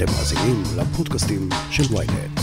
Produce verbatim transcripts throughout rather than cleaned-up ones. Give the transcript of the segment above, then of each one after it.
אתם מאזינים לפודקאסטים של וויינט.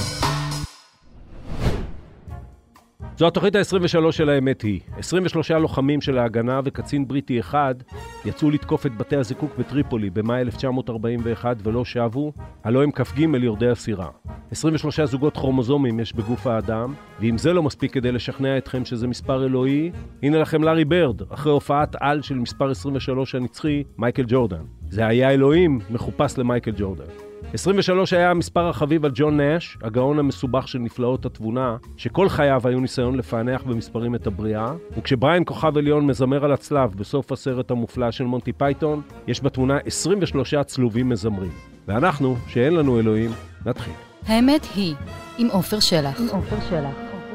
זו התוכנית ה-עשרים ושלוש של האמת היא. עשרים ושלושה לוחמים של ההגנה וקצין בריטי אחד יצאו לתקוף את בתי הזיקוק בטריפולי במאי אלף תשע מאות ארבעים ואחת ולא שבו, הלא הם כ"ג אל יורדי הסירה. עשרים ושלושה זוגות כרומוזומים יש בגוף האדם, ואם זה לא מספיק כדי לשכנע אתכם שזה מספר אלוהי, הנה לכם לארי ברד, אחרי הופעת על של מספר עשרים ושלוש הנצחי, מייקל ג'ורדן. זה היה אלוהים מחופש למייקל ג'ורדן. עשרים ושלוש היה המספר החביב על ג'ון נאש, הגאון המסובך של נפלאות התבונה, שכל חייו היו ניסיון לפענח במספרים את הבריאה, וכשבריין כוכב עליון מזמר על הצלב בסוף הסרט המופלא של מונטי פייתון, יש בתמונה עשרים ושלושה צלובים מזמרים. ואנחנו, שאין לנו אלוהים, נתחיל. האמת היא, עם עופר שלח. עם עופר שלח.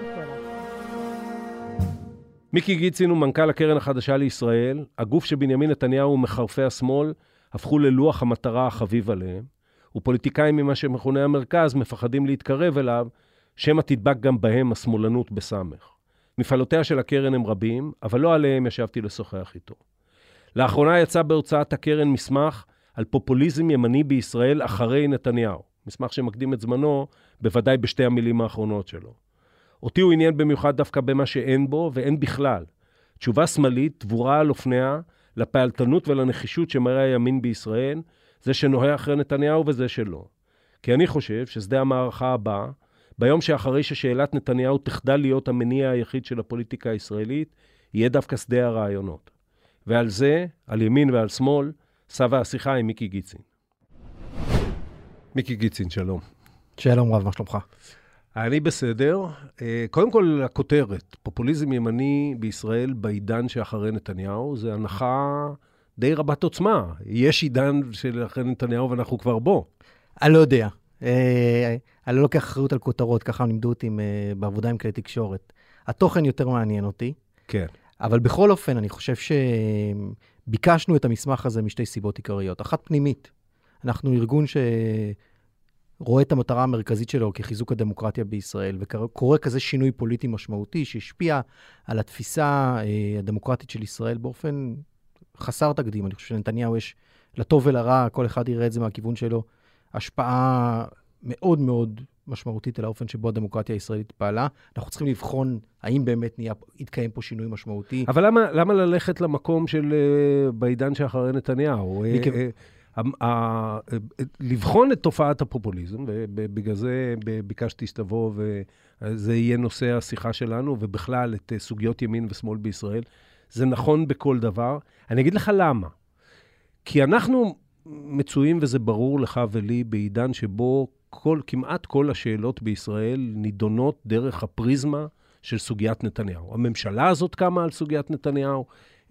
מיקי גיצין הוא מנכ"ל הקרן החדשה לישראל, הגוף שבנימין נתניהו ומחרפי השמאל הפכו ללוח המטרה החביב עליהם, ופוליטיקאים ממה שמכונה המרכז מפחדים להתקרב אליו, שמא תדבק גם בהם השמאלנות בסמך. מפעלותיה של הקרן הם רבים, אבל לא עליהם ישבתי לשוחח איתו. לאחרונה יצא בהוצאת הקרן מסמך על פופוליזם ימני בישראל אחרי נתניהו. מסמך שמקדים את זמנו, בוודאי בשתי המילים האחרונות שלו. אותי הוא עניין במיוחד דווקא במה שאין בו ואין בכלל. תשובה שמאלית, תבורה על אופניה, לפעלתנות ולנחישות שמראה הימין בישראל, זה שנוהה אחרי נתניהו וזה שלא. כי אני חושב ששדה המערכה הבאה, ביום שאחרי ששאלת נתניהו תחדל להיות המניע היחיד של הפוליטיקה הישראלית, יהיה דווקא שדה הרעיונות. ועל זה, על ימין ועל שמאל, סבא השיחה עם מיקי גיצין. מיקי גיצין, שלום. שלום רב, מה שלומך? אני בסדר. קודם כל, הכותרת, פופוליזם ימני בישראל בעידן שאחרי נתניהו, זה הנחה די רבת עוצמה. יש עידן של אחרי נתניהו ואנחנו כבר בו. אני לא יודע. אני לא לוקח אחריות על כותרות, ככה לימדו אותי בעבודה עם כלי תקשורת. התוכן יותר מעניין אותי. כן. אבל בכל אופן, אני חושב שביקשנו את המסמך הזה משתי סיבות עיקריות. אחת פנימית. אנחנו ארגון שרואה את המטרה המרכזית שלו כחיזוק הדמוקרטיה בישראל, וקורא כזה שינוי פוליטי משמעותי שהשפיע על התפיסה הדמוקרטית של ישראל באופן חסר תקדים. אני חושב שנתניהו יש לטוב ולרע, כל אחד יראה את זה מהכיוון שלו, השפעה מאוד מאוד משמעותית על האופן שבו הדמוקרטיה הישראלית פעלה. אנחנו צריכים לבחון האם באמת נהיה, יתקיים פה שינוי משמעותי. אבל למה, למה ללכת למקום של בעידן שאחרי נתניהו? לבחון את תופעת הפופוליזם, ובגלל זה ביקשתי שתבוא, וזה יהיה נושא השיחה שלנו, ובכלל את סוגיות ימין ושמאל בישראל. זה נכון בכל דבר. אני אגיד לך למה. כי אנחנו מצויים, וזה ברור לך ולי, בעידן שבו כל, כמעט כל השאלות בישראל נידונות דרך הפריזמה של סוגיית נתניהו. הממשלה הזאת קמה על סוגיית נתניהו.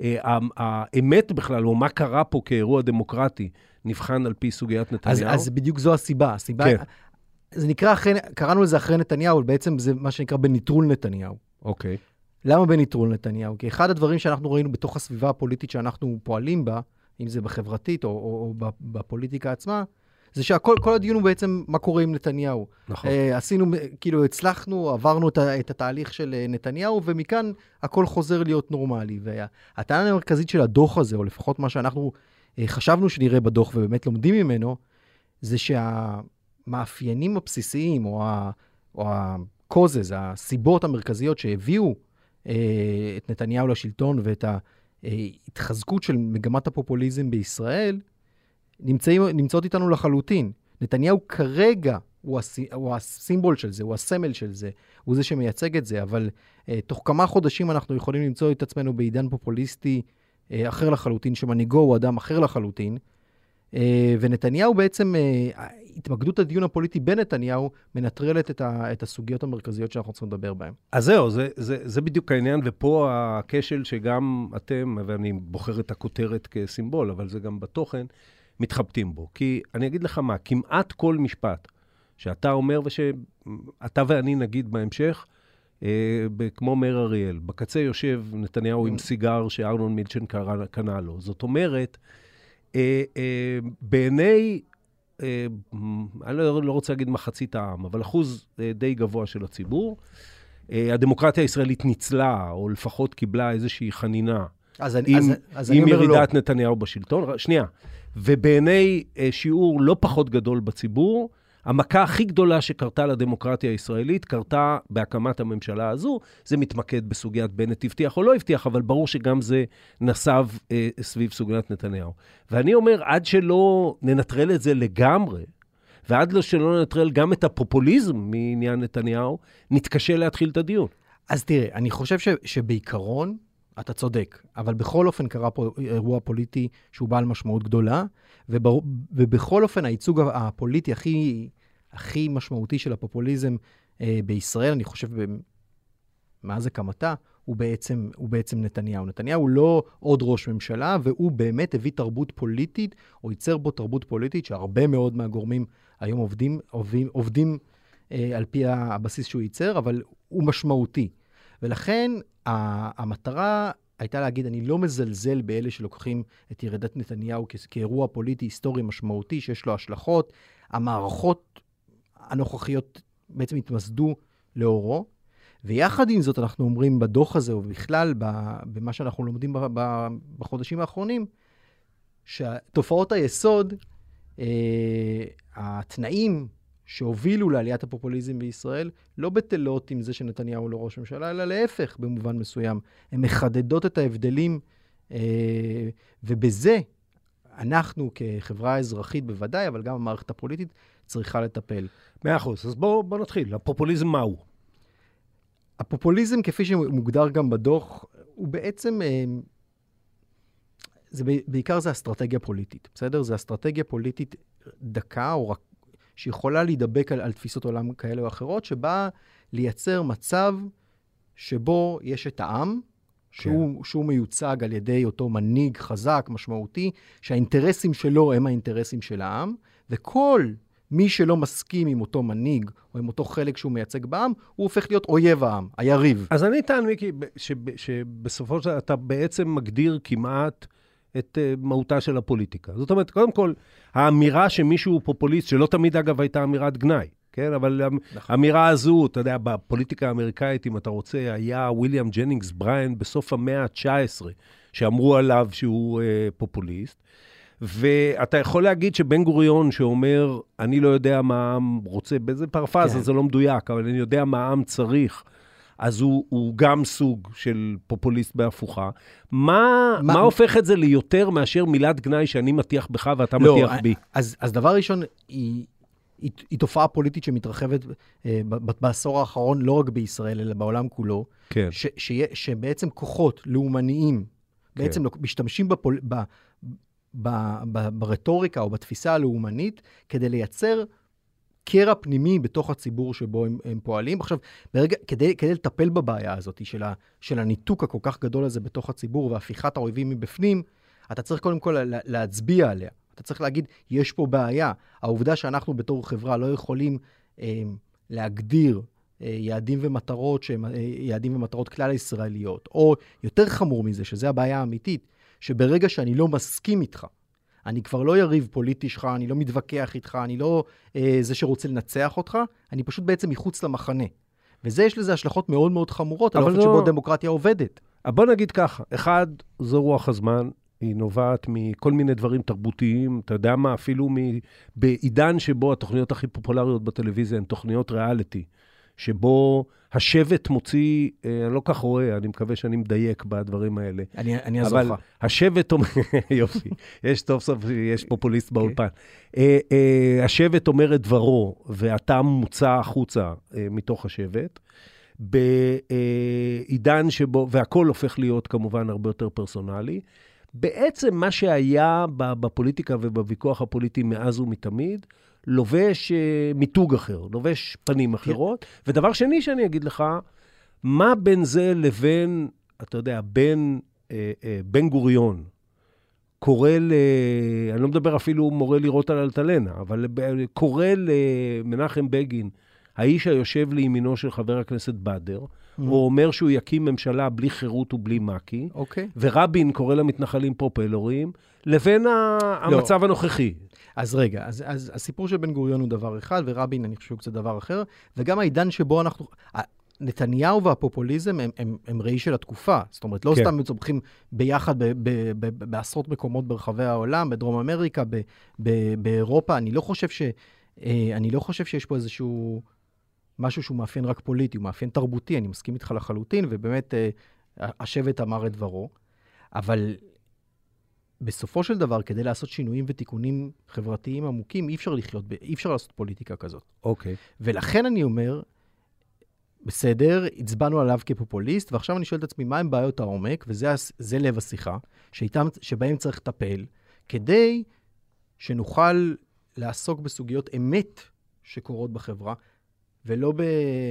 האמת בכלל, או מה קרה פה כאירוע דמוקרטי, נבחן על פי סוגיית נתניהו. אז, אז בדיוק זו הסיבה. הסיבה כן. זה נקרא אחרי, קראנו לזה אחרי נתניהו, אבל בעצם זה מה שנקרא בניטרול נתניהו. אוקיי. למה בניטרול נתניהו? כי אחד הדברים שאנחנו ראינו בתוך הסביבה הפוליטית שאנחנו פועלים בה, אם זה בחברתית או, או, או בפוליטיקה עצמה, זה שהכל, כל הדיון הוא בעצם מה קורה עם נתניהו. נכון. אה, עשינו, כאילו הצלחנו, עברנו את, את התהליך של נתניהו, ומכאן הכל חוזר להיות נורמלי. והטענה המרכזית של הדוח הזה, או לפחות מה שאנחנו אה, חשבנו שנראה בדוח ובאמת לומדים ממנו, זה שהמאפיינים הבסיסיים, או, ה, או הקוזז, הסיבות המרכזיות שהביאו אה, את נתניהו לשלטון ואת ההתחזקות של מגמת הפופוליזם בישראל, נמצאים, נמצאות איתנו לחלוטין. נתניהו כרגע הוא, הס, הוא הסימבול של זה, הוא הסמל של זה, הוא זה שמייצג את זה, אבל אה, תוך כמה חודשים אנחנו יכולים למצוא את עצמנו בעידן פופוליסטי אה, אחר לחלוטין, שמנהיגו הוא אדם אחר לחלוטין, אה, ונתניהו בעצם, אה, התמקדות הדיון הפוליטי בנתניהו, מנטרלת את, ה, את הסוגיות המרכזיות שאנחנו צריכים לדבר בהן. אז זהו, זה, זה, זה בדיוק העניין, ופה הכשל שגם אתם, ואני בוחר את הכותרת כסימבול, אבל זה גם בתוכן, מתחבטים בו. כי אני אגיד לך מה, כמעט כל משפט שאתה אומר, ושאתה ואני נגיד בהמשך, אה, כמו מאיר אריאל, בקצה יושב נתניהו עם סיגר שארנון מילצ'ן קנה לו. זאת אומרת, אה, אה, בעיני, אה, אני לא, לא רוצה להגיד מחצית העם, אבל אחוז אה, די גבוה של הציבור, אה, הדמוקרטיה הישראלית ניצלה, או לפחות קיבלה איזושהי חנינה, אז עם, אני, אז, אז עם אני אומר ירידת לא. נתניהו בשלטון. שנייה, ובעיני שיעור לא פחות גדול בציבור, המכה הכי גדולה שקרתה לדמוקרטיה הישראלית, קרתה בהקמת הממשלה הזו. זה מתמקד בסוגיית בנט הבטיח או לא הבטיח, אבל ברור שגם זה נסב אה, סביב סוגיית נתניהו. ואני אומר, עד שלא ננטרל את זה לגמרי, ועד שלא ננטרל גם את הפופוליזם מעניין נתניהו, נתקשה להתחיל את הדיון. אז תראה, אני חושב ש, שבעיקרון אתה צודק, אבל בכל אופן קרה פה אירוע פוליטי שהוא בעל משמעות גדולה, ובר... ובכל אופן הייצוג הפוליטי הכי, הכי משמעותי של הפופוליזם אה, בישראל, אני חושב מאז הקמתה, הוא בעצם, הוא בעצם נתניהו. נתניהו הוא לא עוד ראש ממשלה, והוא באמת הביא תרבות פוליטית, או ייצר בו תרבות פוליטית, שהרבה מאוד מהגורמים היום עובדים, עובדים, עובדים אה, על פי הבסיס שהוא ייצר, אבל הוא משמעותי. ולכן המטרה הייתה להגיד, אני לא מזלזל באלה שלוקחים את ירידת נתניהו כאירוע פוליטי היסטורי משמעותי, שיש לו השלכות. המערכות הנוכחיות בעצם התמסדו לאורו, ויחד עם זאת אנחנו אומרים בדוח הזה, ובכלל במה שאנחנו לומדים בחודשים האחרונים, שתופעות היסוד, התנאים שהובילו לעליית הפופוליזם בישראל, לא בטלות עם זה שנתניהו לא ראש ממשלה, אלא להפך במובן מסוים. הן מחדדות את ההבדלים, ובזה אנחנו כחברה אזרחית בוודאי, אבל גם המערכת הפוליטית צריכה לטפל. מאה אחוז, אז בואו בוא נתחיל. הפופוליזם מהו? הפופוליזם, כפי שמוגדר גם בדוח, הוא בעצם, זה בעיקר זה אסטרטגיה פוליטית, בסדר? זה אסטרטגיה פוליטית דקה, או רק שיכולה להידבק על, על תפיסות עולם כאלה או אחרות, שבאה לייצר מצב שבו יש את העם, שהוא, כן. שהוא מיוצג על ידי אותו מנהיג חזק, משמעותי, שהאינטרסים שלו הם האינטרסים של העם, וכל מי שלא מסכים עם אותו מנהיג, או עם אותו חלק שהוא מייצג בעם, הוא הופך להיות אויב העם, היריב. אז אני טען, מיקי, שבסופו של דבר אתה בעצם מגדיר כמעט את מהותה של הפוליטיקה. זאת אומרת, קודם כל, האמירה שמישהו הוא פופוליסט, שלא תמיד אגב הייתה אמירת גנאי, כן? אבל האמירה הזו, אתה יודע, בפוליטיקה האמריקאית, אם אתה רוצה, היה וויליאם ג'נינגס בריין בסוף המאה ה-תשע עשרה, שאמרו עליו שהוא אה, פופוליסט, ואתה יכול להגיד שבן גוריון שאומר, אני לא יודע מה העם רוצה, באיזה פרפזה, כן. זה לא מדויק, אבל אני יודע מה העם צריך, אז הוא, הוא גם סוג של פופוליסט בהפוכה. מה, מה... מה הופך את זה ליותר מאשר מילת גנאי שאני מטיח בך ואתה לא, מטיח בי? אז, אז דבר ראשון, היא, היא, היא תופעה פוליטית שמתרחבת אה, בעשור האחרון, לא רק בישראל, אלא בעולם כולו, כן. ש, ש, שבעצם כוחות לאומניים, כן. בעצם משתמשים בפול, ב, ב, ב, ברטוריקה או בתפיסה הלאומנית, כדי לייצר קרע פנימי בתוך הציבור שבו הם, הם פועלים. עכשיו, ברגע, כדי, כדי לטפל בבעיה הזאת של, ה, של הניתוק הכל כך גדול הזה בתוך הציבור והפיכת האויבים מבפנים, אתה צריך קודם כל לה, להצביע עליה. אתה צריך להגיד, יש פה בעיה. העובדה שאנחנו בתור חברה לא יכולים אה, להגדיר אה, יעדים ומטרות, שהם, אה, יעדים ומטרות כלל ישראליות, או יותר חמור מזה, שזה הבעיה האמיתית, שברגע שאני לא מסכים איתך, אני כבר לא יריב פוליטי שלך, אני לא מתווכח איתך, אני לא אה, זה שרוצה לנצח אותך, אני פשוט בעצם מחוץ למחנה. וזה יש לזה השלכות מאוד מאוד חמורות, על אופן לא... שבו דמוקרטיה עובדת. בוא נגיד ככה, אחד, זו רוח הזמן, היא נובעת מכל מיני דברים תרבותיים, אתה יודע מה, אפילו מ... בעידן שבו התוכניות הכי פופולריות בטלוויזיה הן תוכניות ריאליטי, שבו השבט מוציא, אני לא כך רואה, אני מקווה שאני מדייק בדברים האלה. אני, אני אעזור לך. אבל השבט אומר, יופי, יש טוב סוף, יש פופוליסט okay. באולפן. השבט אומר את דברו, והטעם מוצא החוצה מתוך השבט, בעידן שבו, והכל הופך להיות כמובן הרבה יותר פרסונלי, בעצם מה שהיה בפוליטיקה ובוויכוח הפוליטי מאז ומתמיד, לובש מיתוג אחר, לובש פנים אחרות. ודבר שני שאני אגיד לך, מה בין זה לבין, אתה יודע, בין אה, אה, בן גוריון, קורא ל... אני לא מדבר אפילו מורה לראות על אלטלנה, אבל קורא למנחם בגין, האיש היושב לימינו של חבר הכנסת בדר, mm-hmm. הוא אומר שהוא יקים ממשלה בלי חירות ובלי מקי, okay. ורבין קורא למתנחלים פרופלורים, לבין ה... לא. המצב הנוכחי. אז רגע, אז, אז הסיפור של בן גוריון הוא דבר אחד, ורבין אני חושב קצת דבר אחר, וגם העידן שבו אנחנו... נתניהו והפופוליזם הם, הם, הם ראי של התקופה. זאת אומרת, לא כן. סתם מצומחים ביחד ב, ב, ב, ב, בעשרות מקומות ברחבי העולם, בדרום אמריקה, ב, ב, באירופה. אני לא חושב ש, אני לא חושב שיש פה איזשהו משהו שהוא מאפיין רק פוליטי, הוא מאפיין תרבותי, אני מסכים איתך לחלוטין, ובאמת השבט אמר את דברו. אבל בסופו של דבר, כדי לעשות שינויים ותיקונים חברתיים עמוקים, אי אפשר לחיות, אי אפשר לעשות פוליטיקה כזאת. אוקיי. ולכן אני אומר, בסדר, הצבענו עליו כפופוליסט, ועכשיו אני שואל את עצמי, מה הם בעיות העומק, וזה זה לב השיחה, שאיתם, שבהם צריך לטפל, כדי שנוכל לעסוק בסוגיות אמת שקורות בחברה, ולא ב...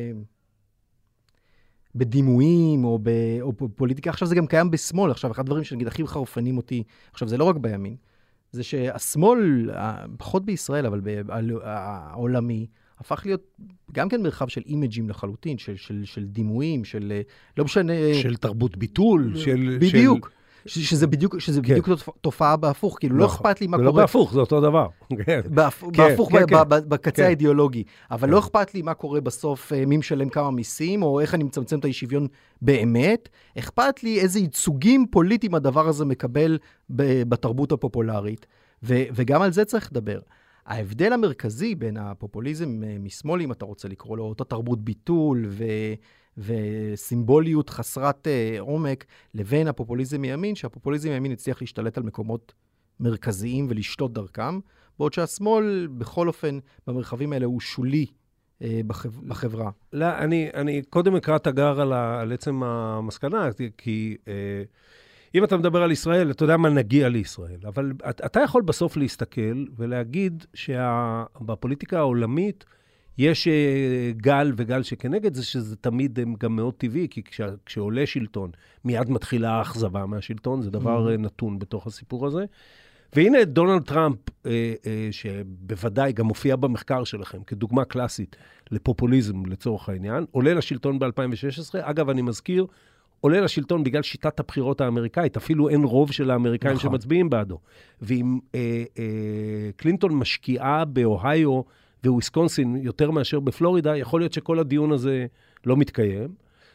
בדימויים או, ב... או בפוליטיקה. עכשיו זה גם קיים בשמאל. עכשיו, אחד הדברים שנגיד הכי חרפנים אותי, עכשיו זה לא רק בימין, זה שהשמאל, פחות בישראל, אבל העולמי, הפך להיות גם כן מרחב של אימג'ים לחלוטין, של, של, של דימויים, של לא משנה... של תרבות ביטול, של... בדיוק. של... שזה בדיוק, שזה כן. בדיוק תופעה בהפוך, כאילו לא אכפת לי מה זה קורה... לא בהפוך, זה אותו דבר. בהפוך, כן, בהפוך כן, ב- כן. ב- בקצה כן. האידיאולוגי. אבל כן. לא אכפת לי מה קורה בסוף, מי משלם כמה מיסים, או איך אני מצמצם את האי-שוויון באמת. אכפת לי איזה ייצוגים פוליטיים הדבר הזה מקבל ב- בתרבות הפופולרית. ו- וגם על זה צריך לדבר. ההבדל המרכזי בין הפופוליזם משמאל, אם אתה רוצה לקרוא לו, אותה תרבות ביטול ו... וסימבוליות חסרת uh, עומק, לבין הפופוליזם מימין, שהפופוליזם מימין הצליח להשתלט על מקומות מרכזיים ולשתות דרכם, בעוד שהשמאל, בכל אופן, במרחבים האלה הוא שולי uh, בחב... בחברה. לא, אני, אני קודם אקרא תגר על, ה, על עצם המסקנה, כי uh, אם אתה מדבר על ישראל, אתה יודע מה נגיע לישראל, אבל אתה, אתה יכול בסוף להסתכל ולהגיד שבפוליטיקה העולמית, יש גל וגל שכנגד זה, שזה תמיד גם מאוד טבעי, כי כש, כשעולה שלטון, מיד מתחילה האכזבה מהשלטון, זה דבר mm-hmm. נתון בתוך הסיפור הזה. והנה דונלד טראמפ, אה, אה, שבוודאי גם מופיע במחקר שלכם, כדוגמה קלאסית לפופוליזם לצורך העניין, עולה לשלטון ב-אלפיים ושש עשרה, אגב, אני מזכיר, עולה לשלטון בגלל שיטת הבחירות האמריקאית, אפילו אין רוב של האמריקאים נכון. שמצביעים בעדו. ואם אה, אה, קלינטון משקיעה באוהיו, וויסקונסין יותר מאשר בפלורידה, יכול להיות שכל הדיון הזה לא מתקיים.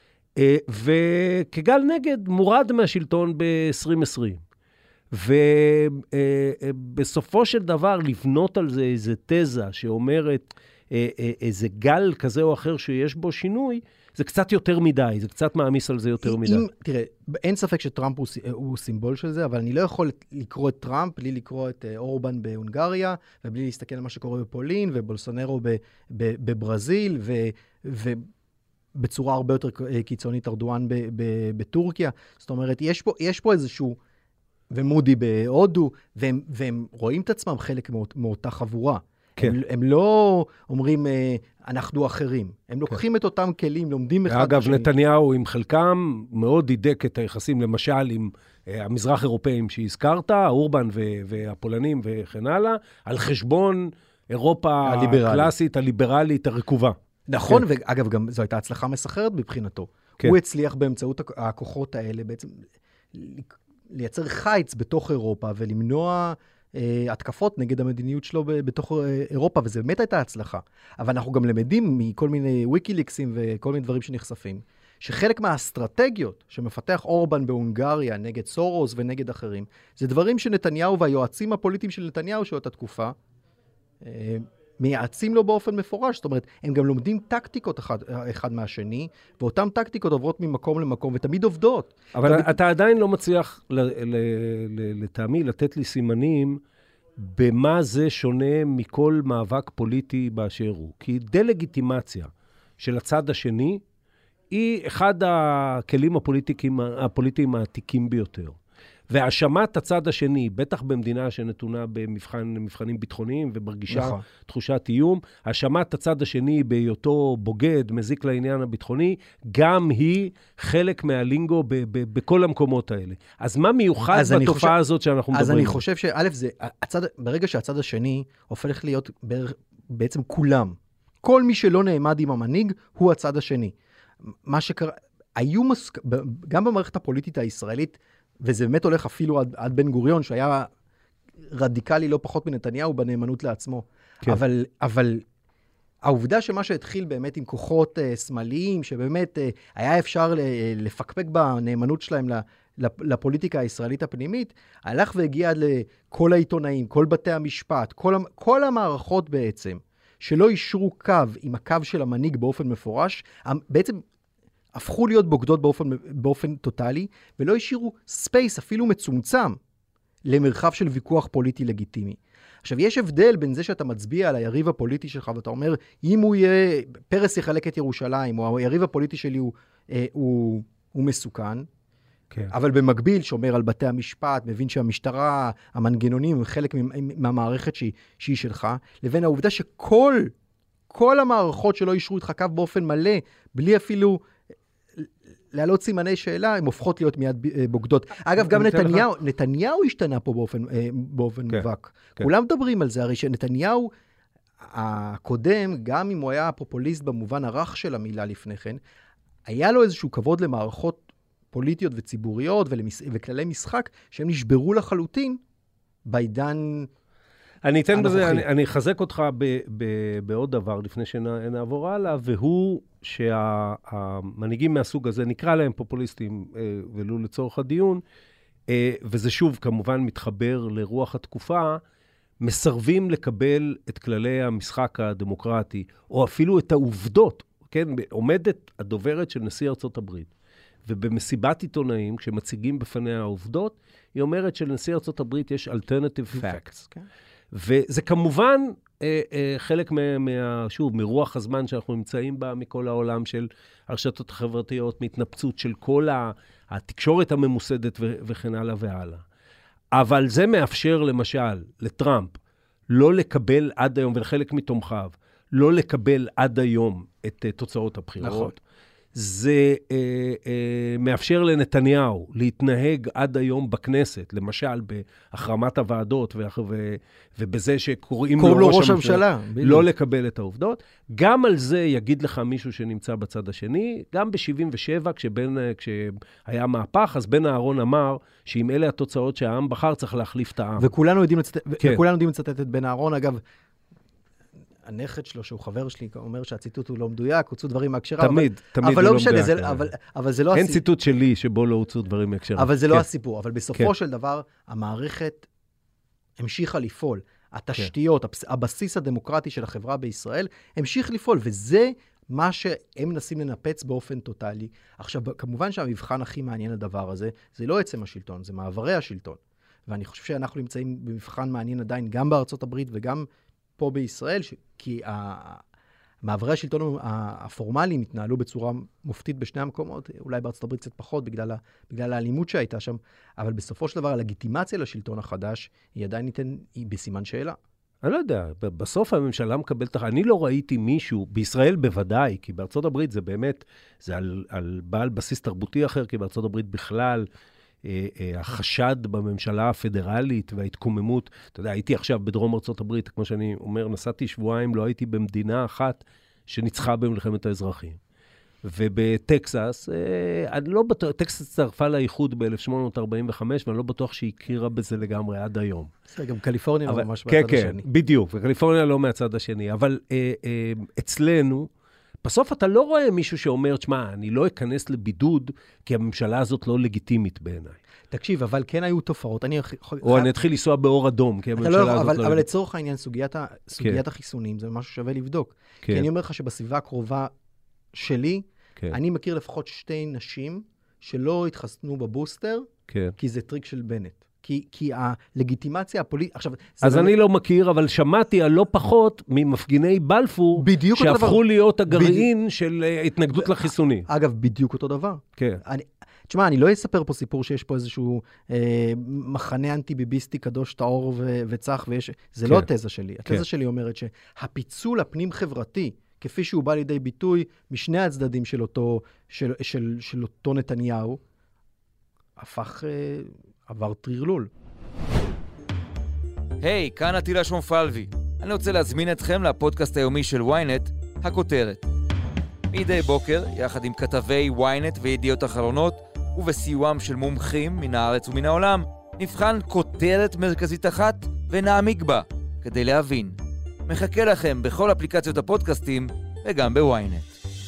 וכגל נגד מורד מהשלטון ב-עשרים עשרים. ובסופו של דבר לבנות על זה איזו תזה שאומרת איזה גל כזה או אחר שיש בו שינוי, זה קצת יותר מדי, זה קצת מעמיס על זה יותר מדי. אם, תראה, אין ספק שטראמפ הוא, הוא סימבול של זה, אבל אני לא יכול לקרוא את טראמפ בלי לקרוא את אורבן בהונגריה, ובלי להסתכל על מה שקורה בפולין, ובולסונרו בברזיל, ו... ובצורה הרבה יותר קיצונית ארדואן בטורקיה. זאת אומרת, יש פה, יש פה איזשהו, ומודי בהודו, והם, והם רואים את עצמם חלק מאות, מאותה חבורה. כן. הם, הם לא אומרים, אנחנו אחרים. הם לוקחים כן. את אותם כלים, לומדים אחד אגב, בשני. נתניהו עם חלקם מאוד הידק את היחסים, למשל עם המזרח אירופאים שהזכרת, אורבן והפולנים וכן הלאה, על חשבון אירופה הקלאסית, הליברלית, הרקובה. נכון, כן. ואגב, גם זו הייתה הצלחה מסחרת מבחינתו. כן. הוא הצליח באמצעות הכוחות האלה בעצם לייצר חיץ בתוך אירופה ולמנוע התקפות נגד המדיניות שלו בתוך אירופה, וזה באמת הייתה הצלחה. אבל אנחנו גם למדים מכל מיני וויקיליקסים וכל מיני דברים שנחשפים, שחלק מהאסטרטגיות שמפתח אורבן בהונגריה נגד סורוס ונגד אחרים, זה דברים שנתניהו והיועצים הפוליטיים של נתניהו של אותה תקופה, מייעצים לו באופן מפורש. זאת אומרת, הם גם לומדים טקטיקות אחד, אחד מהשני, ואותן טקטיקות עוברות ממקום למקום, ותמיד עובדות. אבל תמיד... אתה עדיין לא מצליח לטעמי לתת לי סימנים במה זה שונה מכל מאבק פוליטי באשר הוא. כי דה-לגיטימציה של הצד השני היא אחד הכלים הפוליטיים, הפוליטיים העתיקים ביותר. והאשמת הצד השני, בטח במדינה שנתונה במבחנים ביטחוניים וברגשה נכון. תחושת איום, האשמת הצד השני בהיותו בוגד, מזיק לעניין הביטחוני, גם היא חלק מהלינגו ב- ב- בכל המקומות האלה. אז מה מיוחד בתופעה חושב, הזאת שאנחנו מדברים? אז אני חושב שא' זה, הצד, ברגע שהצד השני הופך להיות בעצם כולם, כל מי שלא נעמד עם המנהיג הוא הצד השני. מה שקרה, היו מסק... גם במערכת הפוליטית הישראלית, וזה באמת הולך אפילו עד, עד בן גוריון, שהיה רדיקלי לא פחות מנתניהו בנאמנות לעצמו. כן. אבל, אבל העובדה שמה שהתחיל באמת עם כוחות uh, שמאליים, שבאמת uh, היה אפשר uh, לפקפק בנאמנות שלהם לפוליטיקה הישראלית הפנימית, הלך והגיע עד לכל העיתונאים, כל בתי המשפט, כל, כל המערכות בעצם, שלא אישרו קו עם הקו של המנהיג באופן מפורש, בעצם הפכו להיות בוגדות באופן, באופן טוטלי, ולא השאירו ספייס אפילו מצומצם למרחב של ויכוח פוליטי לגיטימי. עכשיו, יש הבדל בין זה שאתה מצביע על היריב הפוליטי שלך, ואתה אומר, אם הוא יהיה, פרס יחלק את ירושלים, או היריב הפוליטי שלי הוא, הוא, הוא מסוכן, כן. אבל במקביל שומר על בתי המשפט, מבין שהמשטרה, המנגנונים הם חלק מהמערכת שהיא, שהיא שלך, לבין העובדה שכל, כל המערכות שלא אישרו איתך קו באופן מלא, בלי אפילו להעלות סימני שאלה, הן הופכות להיות מיד בוגדות. אגב, גם נתניהו, לך... נתניהו השתנה פה באופן, באופן כן, מובהק. כן. כולם מדברים על זה, הרי שנתניהו הקודם, גם אם הוא היה פופוליסט במובן הרך של המילה לפני כן, היה לו איזשהו כבוד למערכות פוליטיות וציבוריות ולמס... וכללי משחק, שהם נשברו לחלוטין בעידן... אני אתן בזה, אני, אני אחזק אותך ב, ב, בעוד דבר לפני שנעבור הלאה, והוא שהמנהיגים מהסוג הזה, נקרא להם פופוליסטים ולו לצורך הדיון, וזה שוב כמובן מתחבר לרוח התקופה, מסרבים לקבל את כללי המשחק הדמוקרטי, או אפילו את העובדות, כן? עומדת הדוברת של נשיא ארצות הברית, ובמסיבת עיתונאים, כשמציגים בפניה העובדות, היא אומרת שלנשיא ארצות הברית יש alternative facts. כן. וזה כמובן אה, אה, חלק מה, מה, שוב, מרוח הזמן שאנחנו נמצאים בה מכל העולם של הרשתות החברתיות, מהתנפצות של כל התקשורת הממוסדת ו, וכן הלאה והלאה. אבל זה מאפשר למשל לטראמפ לא לקבל עד היום, ולחלק מתומכיו, לא לקבל עד היום את uh, תוצאות הבחירות. נכון. זה אה, אה, מאפשר לנתניהו להתנהג עד היום בכנסת, למשל בהחרמת הוועדות ו- ו- ובזה שקוראים לו ראש, ראש הממשלה, לא לקבל את העובדות. גם על זה יגיד לך מישהו שנמצא בצד השני. גם ב-שבעים ושבע, כשבין, כשהיה מהפך, אז בן אהרון אמר שאם אלה התוצאות שהעם בחר, צריך להחליף את העם. וכולנו יודעים לצטט, כן. וכולנו יודעים לצטט את בן אהרון. אגב, הנכד שלו, שהוא חבר שלי, אומר שהציטוט הוא לא מדויק, הוצאו דברים מהקשרה. תמיד, אבל, תמיד אבל הוא לא לא משנה, מדויק. זה, אבל, אבל זה לא אין הסיפור. ציטוט שלי שבו לא הוצאו דברים מהקשרה. אבל זה כן. לא הסיפור. אבל בסופו כן. של דבר, המערכת המשיכה לפעול. התשתיות, כן. הבסיס הדמוקרטי של החברה בישראל, המשיך לפעול, וזה מה שהם מנסים לנפץ באופן טוטלי. עכשיו, כמובן שהמבחן הכי מעניין הדבר הזה, זה לא עצם השלטון, זה מעברי השלטון. ואני חושב שאנחנו נמצאים במבחן מעניין עדיין, גם בארצות הברית וגם פה בישראל, כי מעברי השלטון הפורמליים התנהלו בצורה מופתית בשני המקומות, אולי בארצות הברית קצת פחות בגלל, בגלל האלימות שהייתה שם, אבל בסופו של דבר הלגיטימציה לשלטון החדש היא עדיין ניתן, היא בסימן שאלה. אני לא יודע, בסוף הממשלה מקבלת, אני לא ראיתי מישהו, בישראל בוודאי, כי בארצות הברית זה באמת, זה על, על בעל בסיס תרבותי אחר, כי בארצות הברית בכלל, החשד בממשלה הפדרלית וההתקוממות, אתה יודע, הייתי עכשיו בדרום ארצות הברית, כמו שאני אומר, נסעתי שבועיים, לא הייתי במדינה אחת שניצחה במלחמת האזרחים. ובטקסס, אני לא בטוח, טקסס צרפה לאיחוד ב-אלף שמונה מאות ארבעים וחמש, ואני לא בטוח שהיא הכירה בזה לגמרי עד היום. זה גם קליפורניה אבל, ממש כן, מהצד כן, השני. בדיוק, וקליפורניה לא מהצד השני, אבל אה, אה, אצלנו, בסוף אתה לא רואה מישהו שאומר, תשמע, אני לא אכנס לבידוד, כי הממשלה הזאת לא לגיטימית בעיניי. תקשיב, אבל כן היו תופעות. אני... או אני אתחיל לנסוע באור אדום, כי הממשלה לא, הזאת אבל, לא... אבל לצורך העניין, סוגיית, ה... סוגיית כן. החיסונים, זה משהו שווה לבדוק. כן. כי אני אומר לך שבסביבה הקרובה שלי, כן. אני מכיר לפחות שתי נשים שלא התחסנו בבוסטר, כן. כי זה טריק של בנט. כי, כי הלגיטימציה הפוליטית... עכשיו... אז אני לא מכיר, אבל שמעתי על לא פחות ממפגיני בלפור, שהפכו להיות הגרעין בדיוק. של התנגדות לחיסונים. אגב, בדיוק אותו דבר. כן. אני... תשמע, אני לא אספר פה סיפור שיש פה איזשהו אה, מחנה אנטי-ביביסטי קדוש טהור ו- וצח, ויש... זה כן. לא התזה שלי. התזה כן. שלי אומרת שהפיצול הפנים-חברתי, כפי שהוא בא לידי ביטוי משני הצדדים של אותו, של, של, של אותו נתניהו, הפך... אה, עבר טרירלול. היי, כאן עטילה שומפלבי. אני רוצה להזמין אתכם לפודקאסט היומי של וויינט, הכותרת. מדי בוקר, יחד עם כתבי וויינט וידיעות אחרונות, ובסיועם של מומחים מן הארץ ומן העולם, נבחן כותרת מרכזית אחת ונעמיק בה, כדי להבין. מחכה לכם בכל אפליקציות הפודקאסטים וגם בוויינט.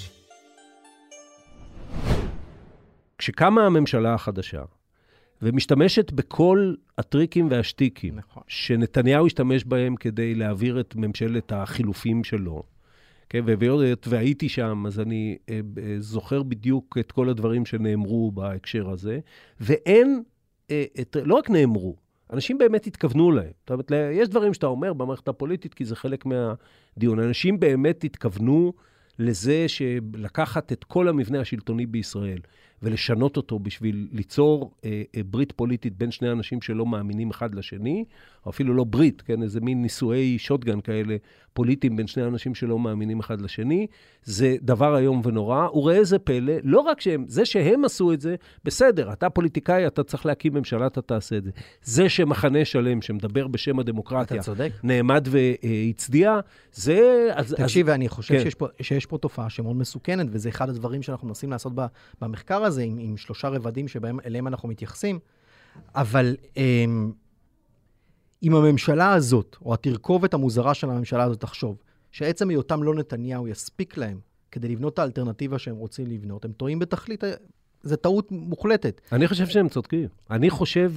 כשקמה הממשלה החדשה, ומשתמשת בכל הטריקים והשטיקים, נכון. שנתניהו השתמש בהם כדי להעביר את ממשלת החילופים שלו, כן, והייתי שם, אז אני אה, זוכר בדיוק את כל הדברים שנאמרו בהקשר הזה, ואין, אה, את, לא רק נאמרו, אנשים באמת התכוונו להם. זאת אומרת, יש דברים שאתה אומר במערכת הפוליטית, כי זה חלק מהדיון. אנשים באמת התכוונו לזה שלקחת את כל המבנה השלטוני בישראל, ולשנות אותו בשביל ליצור אה, אה, ברית פוליטית בין שני אנשים שלא מאמינים אחד לשני, או אפילו לא ברית, כן, איזה מין נישואי שוטגן כאלה פוליטיים בין שני אנשים שלא מאמינים אחד לשני, זה דבר היום ונורא. וראה איזה פלא, לא רק שהם, זה שהם עשו את זה, בסדר, אתה פוליטיקאי, אתה צריך להקים ממשלה, אתה תעשה את זה. זה שמחנה שלם, שמדבר בשם הדמוקרטיה, נעמד והצדיע, זה... תקשיב, ואני חושב כן. שיש, פה, שיש פה תופעה שמאוד מסוכנת, וזה אחד הדברים שאנחנו מנסים לעשות במחקר הזה, עם, עם שלושה רבדים שאליהם אנחנו מתייחסים, אבל עם, עם הממשלה הזאת, או התרכובת המוזרה של הממשלה הזאת, תחשוב, שעצם היותם לא נתניהו יספיק להם, כדי לבנות את האלטרנטיבה שהם רוצים לבנות, הם טועים בתכלית, זה טעות מוחלטת. אני חושב שהם צודקים. אני חושב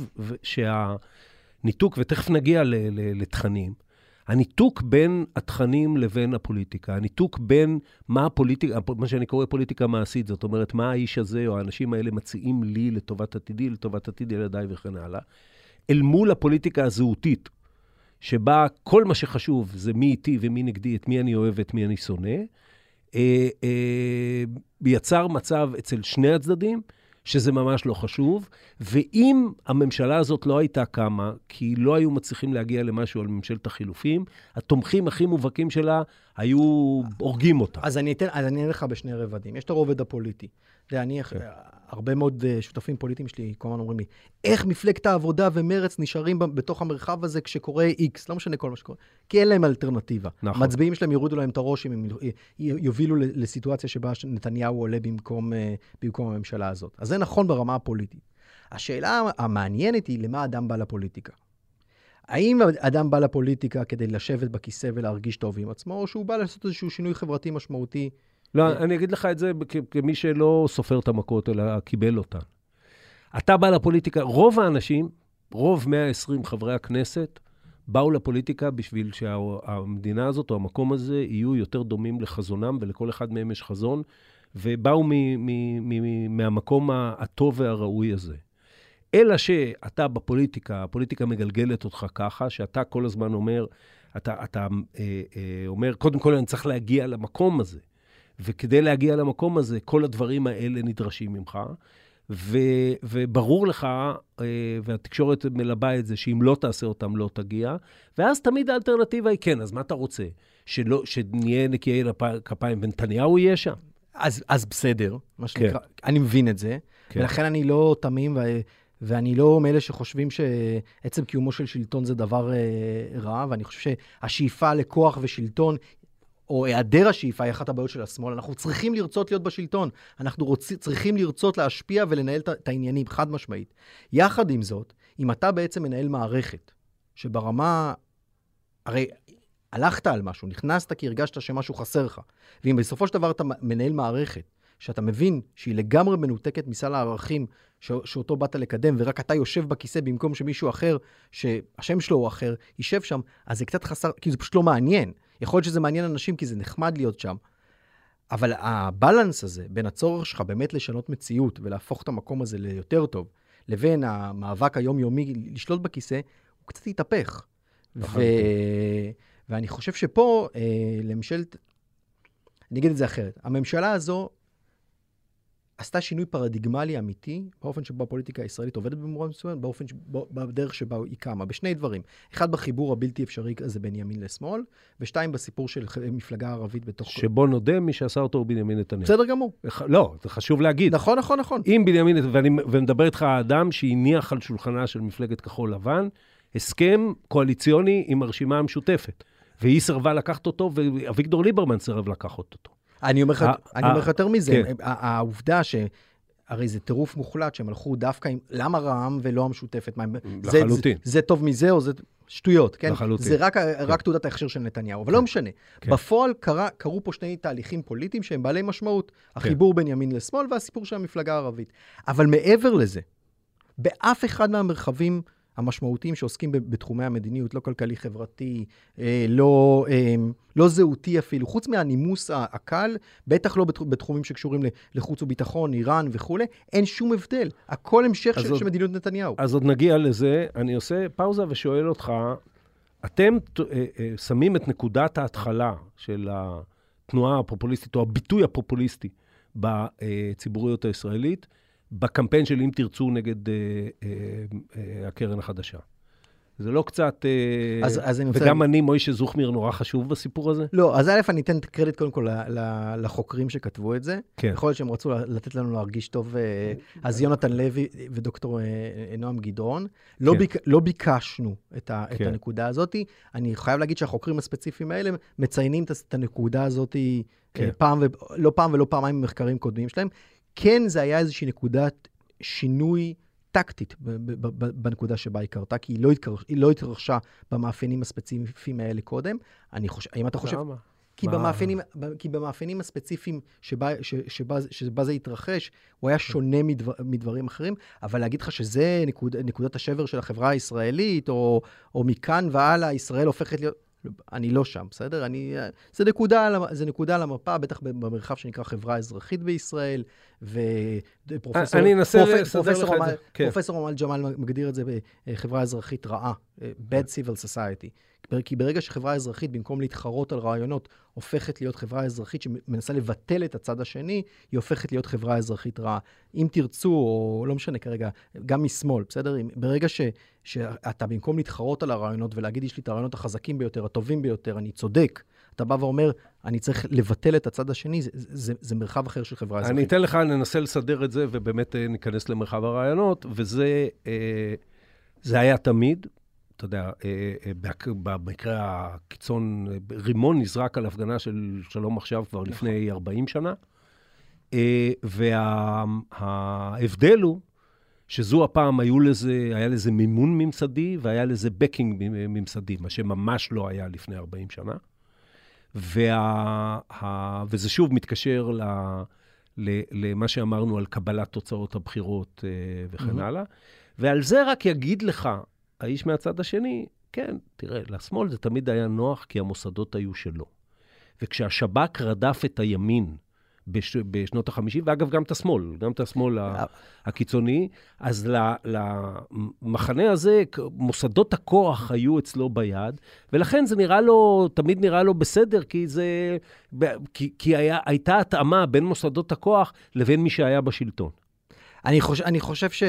שהניתוק, ותכף נגיע ל- ל- לתכנים, הניתוק בין התכנים לבין הפוליטיקה, הניתוק בין מה הפוליטיקה, מה שאני קורא פוליטיקה מעשית, זאת אומרת, מה האיש הזה או האנשים האלה מציעים לי לטובת עתידי, לטובת עתיד ילדיי וכן הלאה, אל מול הפוליטיקה הזהותית, שבה כל מה שחשוב זה מי איתי ומי נגדי, את מי אני אוהב ואת מי אני שונא, אה, אה, יצר מצב אצל שני הצדדים, שזה ממש לא חשוב, ואם הממשלה הזאת לא הייתה קמה, כי לא היו מצליחים להגיע למשהו על ממשלת החילופים, התומכים הכי מובהקים שלה היו הורגים אותה. אז אני אתן, אז אני אתן לך בשני רבדים. יש את הרובד הפוליטי. ואני, הרבה מאוד שותפים פוליטיים שלי, כל הזמן אומרים לי, איך מפלגת העבודה ומרץ נשארים בתוך המרחב הזה כשקורה X, לא משנה כל מה שקורה, כי אין להם אלטרנטיבה. נכון. מצביעים שלהם יורידו להם את הראש, אם הם יובילו לסיטואציה שבה נתניהו עולה במקום, במקום הממשלה הזאת. אז זה נכון ברמה הפוליטית. השאלה המעניינת היא, למה אדם בא לפוליטיקה? האם אדם בא לפוליטיקה כדי לשבת בכיסא ולהרגיש טוב עם עצמו, או שהוא בא לעשות איזשהו שינוי חברתי משמעותי? לא, אני אגיד לך את זה כמי שלא סופר את המכות, אלא קיבל אותן. אתה בא לפוליטיקה, רוב האנשים, רוב מאה ועשרים חברי הכנסת, באו לפוליטיקה בשביל שהמדינה הזאת או המקום הזה יהיו יותר דומים לחזונם, ולכל אחד מהם יש חזון, ובאו מ- מ- מ- מהמקום הטוב והראוי הזה. אלא שאתה בפוליטיקה, הפוליטיקה מגלגלת אותך ככה, שאתה כל הזמן אומר, אתה, אתה אה, אה, אומר, קודם כל אני צריך להגיע למקום הזה, וכדי להגיע למקום הזה, כל הדברים האלה נדרשים ממך, ו, וברור לך, והתקשורת מלבה את זה, שאם לא תעשה אותם, לא תגיע, ואז תמיד האלטרנטיבה היא כן, אז מה אתה רוצה? שלא, שנהיה נקיי כפיים ונתניהו יהיה שם? אז, אז בסדר, מה שנקרא, כן. אני מבין את זה, כן. ולכן אני לא תמים, ו... ואני לא מאלה שחושבים שעצם קיומו של שלטון זה דבר רע, ואני חושב שהשאיפה לכוח ושלטון, או היעדר השאיפה, היא אחת הבעיות של השמאל. אנחנו צריכים לרצות להיות בשלטון. אנחנו רוצ... צריכים לרצות להשפיע ולנהל את העניינים, חד משמעית. יחד עם זאת, אם אתה בעצם מנהל מערכת, שברמה, הרי הלכת על משהו, נכנסת כי הרגשת שמשהו חסר לך, ואם בסופו של דבר אתה מנהל מערכת, שאתה מבין שהיא לגמרי מנותקת מסל הערכים ש... שאותו באת לקדם, ורק אתה יושב בכיסא במקום שמישהו אחר, שהשם שלו הוא אחר, יישב שם, אז זה קצת חסר, כי זה פשוט לא מעניין. יכול להיות שזה מעניין אנשים, כי זה נחמד להיות שם. אבל הבלנס הזה, בין הצורך שלך באמת לשנות מציאות, ולהפוך את המקום הזה ליותר טוב, לבין המאבק היומיומי לשלוט בכיסא, הוא קצת יתהפך. ו... ואני חושב שפה, אה, לממשלת, אני אגיד את זה אחרת, הממשלה הזו עשתה שינוי פרדיגמלי אמיתי, באופן שבו הפוליטיקה הישראלית עובדת במובן מסוים, באופן שבו, בדרך שבה היא קמה, בשני דברים. אחד, בחיבור הבלתי אפשרי הזה בין ימין לשמאל, ושתיים, בסיפור של מפלגה ערבית בתוך... שבו נודה מי שעשה אותו הוא בנימין נתניהו. בסדר גמור. לא, זה חשוב להגיד. נכון, נכון, נכון. אם בנימין, ואני ומדבר איתך האדם שהניח על שולחנה של מפלגת כחול לבן, הסכם קואליציוני עם הרשימה המשותפת, והיא סרבה לקחת אותו, ואביגדור ליברמן סרב לקחת אותו. אני אומר לך יותר מזה, העובדה הרי זה טירוף מוחלט שהם הלכו דווקא עם, למה רע"מ ולא המשותפת? לחלוטין. זה, זה טוב מזה או זה שטויות, כן? לחלוטין. זה רק, כן. רק תעודת ההכשר של נתניהו, אבל כן. לא משנה. כן. בפועל קרה, קרו פה שני תהליכים פוליטיים שהם בעלי משמעות. החיבור בין ימין לשמאל והסיפור של המפלגה הערבית. אבל מעבר לזה, באף אחד מהמרחבים המשמעותיים שעוסקים בתחומי המדיניות, לא כלכלי חברתי, לא, לא זהותי אפילו, חוץ מהנימוס הקל, בטח לא בתחומים שקשורים לחוץ וביטחון, איראן וכו', אין שום הבדל. הכל המשך של, עוד, של מדיניות נתניהו. אז עוד נגיע לזה, אני עושה פאוזה ושואל אותך, אתם שמים את נקודת ההתחלה של התנועה הפופוליסטית, או הביטוי הפופוליסטי בציבוריות הישראלית, בקמפיין של אם תרצו נגד אה, אה, אה, הקרן החדשה. זה לא קצת... אה, אז, אז אני רוצה... וגם אני, מוישה זוכמיר, נורא חשוב בסיפור הזה? לא, אז א', אני אתן קרדיט קודם כל לחוקרים שכתבו את זה. כן. יכול להיות שהם רצו לתת לנו להרגיש טוב, אז יונתן לוי ודוקטור נועם גדרון. לא, כן. ביק, לא ביקשנו את, ה, כן. את הנקודה הזאת. אני חייב להגיד שהחוקרים הספציפיים האלה מציינים את הנקודה הזאת כן. פעם ו... לא פעם ולא פעמיים במחקרים קודמים שלהם. כן, זה היה איזושהי נקודת שינוי טקטית בנקודה שבה היא קרתה, כי היא לא, התקרש, היא לא התרחשה במאפיינים הספציפיים האלה קודם. אני חושב, האם אתה חושב... למה? כי במאפיינים, כי במאפיינים הספציפיים שבה, שבה, שבה זה התרחש, הוא היה שונה מדבר, מדברים אחרים, אבל להגיד לך שזה נקוד, נקודת השבר של החברה הישראלית, או, או מכאן והלאה, ישראל הופכת להיות... אני לא שם, בסדר? אני, זה נקודה, זה נקודה על המפה, בטח במרחב שנקרא חברה אזרחית בישראל, ופרופסור... אני אנסה פרופ, לסדר פרופסור לך עמל, את זה. כן. פרופסור עמל ג'מאל מגדיר את זה בחברה אזרחית רעה, bad civil society. כי ברגע שחברה אזרחית, במקום להתחרות על רעיונות, הופכת להיות חברה אזרחית שמנסה לבטל את הצד השני, היא הופכת להיות חברה אזרחית רעה. אם תרצו, או לא משנה כרגע, גם משמאל, בסדר? ברגע ש, שאתה במקום להתחרות על הרעיונות ולהגיד, יש לי את הרעיונות החזקים ביותר, הטובים ביותר, אני צודק, אתה בא ואומר, אני צריך לבטל את הצד השני, זה, זה, זה מרחב אחר של חברה אזרחית. אני אתן לך, ננסה לסדר את זה, ובאמת ניכנס למרחב הרעיונות, וזה זה היה תמיד, אתה יודע, במקרה הקיצון, רימון נזרק על הפגנה של שלום עכשיו כבר לפני ארבעים שנה, וההבדל הוא שזו הפעם היו לזה, היה לזה מימון ממסדי, והיה לזה בקינג ממסדי, מה שממש לא היה לפני ארבעים שנה. וה, ה, וזה שוב מתקשר ל, ל, למה שאמרנו על קבלת תוצאות הבחירות וכן Mm-hmm. הלאה. ועל זה רק יגיד לך, האיש מהצד השני, כן, תראה, לשמאל זה תמיד היה נוח, כי המוסדות היו שלו. וכשהשב"כ רדף את הימין בש, בשנות ה-חמישים, ואגב גם את השמאל, גם את השמאל הקיצוני, אז למחנה הזה, מוסדות הכוח היו אצלו ביד, ולכן זה נראה לו, תמיד נראה לו בסדר, כי זה, כי, כי היה, הייתה התאמה בין מוסדות הכוח לבין מי שהיה בשלטון. אני חושב, אני חושב ש...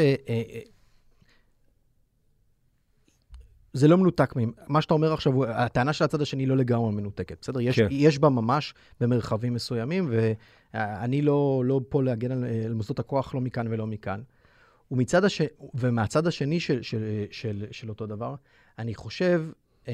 זה לא מנותק מהם. מה שאתה אומר עכשיו, הטענה של הצד השני לא לגמרי מנותקת, בסדר? יש, כן. יש בה ממש במרחבים מסוימים, ואני לא, לא פה להגן על, על מוסדות הכוח, לא מכאן ולא מכאן. ומצד הש... ומהצד השני של, של, של, של אותו דבר, אני חושב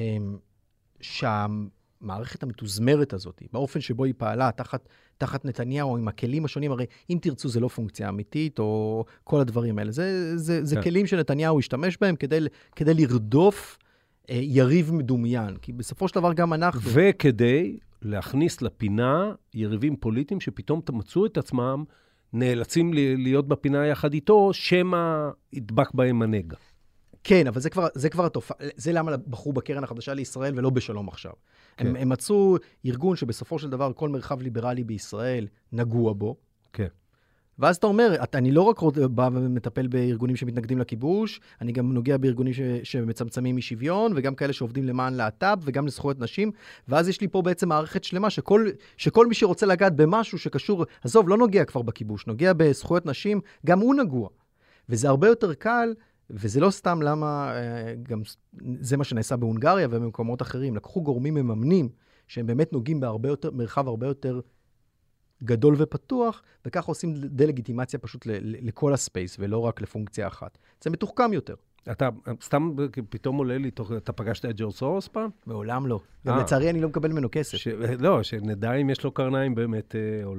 שהמערכת המתוזמרת הזאת, באופן שבו היא פעלה תחת, תחת נתניהו, עם הכלים השונים, הרי אם תרצו זה לא פונקציה אמיתית, או כל הדברים האלה. זה, זה, זה כן. כלים שנתניהו השתמש בהם כדי, כדי לרדוף אה, יריב מדומיין. כי בסופו של דבר גם אנחנו... וכדי להכניס לפינה יריבים פוליטיים שפתאום תמצאו את עצמם, נאלצים להיות בפינה יחד איתו, שמה ידבק בהם הנגע. כן, אבל זה כבר, זה כבר התופעה, זה למה בחרו בקרן החדשה לישראל ולא בשלום עכשיו. כן. הם, הם מצאו ארגון שבסופו של דבר כל מרחב ליברלי בישראל נגוע בו. כן. ואז אתה אומר, אני לא רק בא ומטפל בארגונים שמתנגדים לכיבוש, אני גם נוגע בארגונים ש, שמצמצמים משוויון, וגם כאלה שעובדים למען להט"ב, וגם לזכויות נשים, ואז יש לי פה בעצם מערכת שלמה, שכל, שכל מי שרוצה לגעת במשהו שקשור, עזוב, לא נוגע כבר בכיבוש, נוגע בזכויות נשים, גם הוא נגוע. וזה הרבה יותר קל, וזה לא סתם למה, גם זה מה שנעשה בהונגריה ובמקומות אחרים, לקחו גורמים מממנים, שהם באמת נוגעים בהרבה יותר, מרחב הרבה יותר גדול ופתוח, וכך עושים דה-לגיטימציה פשוט לכל הספייס, ולא רק לפונקציה אחת. זה מתוחכם יותר. אתה סתם פתאום עולה לי, אתה פגשת את ג'ורג' סורוס פעם? מעולם לא. גם לצערי אני לא מקבל ממנו כסף. לא, שנדע אם יש לו קרניים באמת או לא.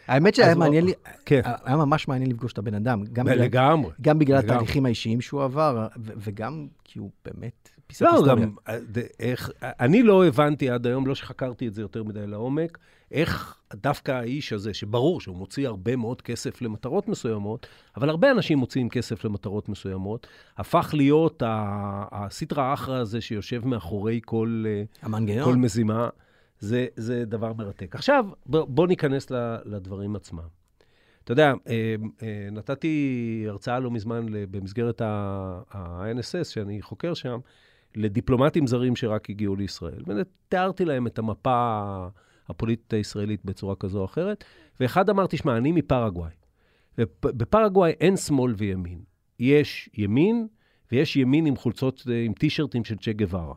האמת שהיה מעניין לי, כן. היה ממש מעניין לפגוש את הבן אדם. לגמרי. גם בגלל התהליכים האישיים שהוא עבר, וגם כי הוא באמת פיסת היסטוריה. אני לא הבנתי עד היום, לא שחקרתי את זה יותר מדי לעומק, איך דווקא האיש הזה, שברור שהוא מוציא הרבה מאוד כסף למטרות מסוימות, אבל הרבה אנשים מוציאים כסף למטרות מסוימות, הפך להיות הסטרא אחרא הזה שיושב מאחורי כל, כל מזימה, זה, זה דבר מרתק. עכשיו, בוא ניכנס לדברים עצמם. אתה יודע, נתתי הרצאה לא מזמן במסגרת ה-אן אס אס, שאני חוקר שם, לדיפלומטים זרים שרק הגיעו לישראל, ותיארתי להם את המפה הפוליטית הישראלית בצורה כזו או אחרת, ואחד אמר, תשמע, אני מפרגוואי, ובפרגוואי אין שמאל וימין. יש ימין, ויש ימין עם חולצות, עם טישרטים של צ'ה גווארה.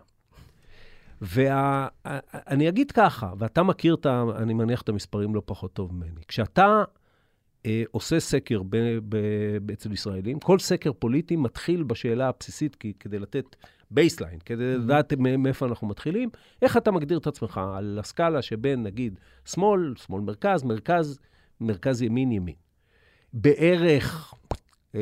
ואני אגיד ככה, ואתה מכיר את, אני מניח את המספרים לא פחות טוב ממני, כשאתה אה, עושה סקר ב, ב, אצל ישראלים, כל סקר פוליטי מתחיל בשאלה הבסיסית, כי, כדי לתת בייסליין, כדי mm-hmm. לדעת מאיפה אנחנו מתחילים, איך אתה מגדיר את עצמך על הסקאלה שבין, נגיד, שמאל, שמאל מרכז, מרכז, מרכז ימין ימין. בערך אה,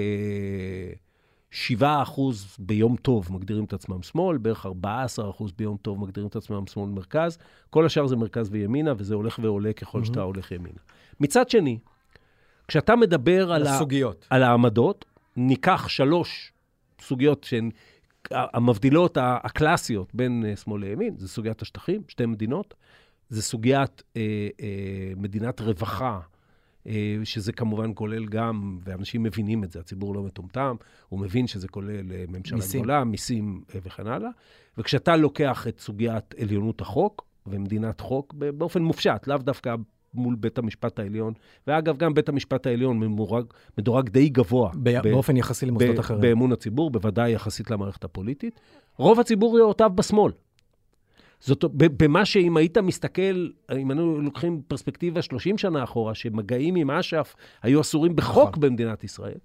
שבעה אחוז ביום טוב מגדירים את עצמם שמאל, בערך ארבעה עשר אחוז ביום טוב מגדירים את עצמם שמאל מרכז, כל השאר זה מרכז וימינה, וזה הולך ועולה ככל mm-hmm. שאתה הולך ימינה. מצד שני, כשאתה מדבר על, ה... על העמדות, ניקח שלוש סוגיות שהן המבדילות הקלאסיות בין שמאל לימין, זה סוגיית השטחים, שתי מדינות, זה סוגיית אה, אה, מדינת רווחה, אה, שזה כמובן כולל גם, ואנשים מבינים את זה, הציבור לא מטומטם, הוא מבין שזה כולל ממשלה מיסים. גדולה, מיסים אה, וכן הלאה, וכשאתה לוקח את סוגיית עליונות החוק, ומדינת חוק, באופן מופשט, לאו דווקא מול בית המשפט העליון, ואגב, גם בית המשפט העליון מדורג, מדורג די גבוה. ב- באופן יחסי למוסדות אחרים. באמון הציבור, בוודאי יחסית למערכת הפוליטית. רוב הציבור יאותיו בשמאל. זאת, במה שאם היית מסתכל, אם אנו לוקחים פרספקטיבה שלושים שנה אחורה, שמגעים עם אש"ף היו אסורים בחוק במדינת ישראל,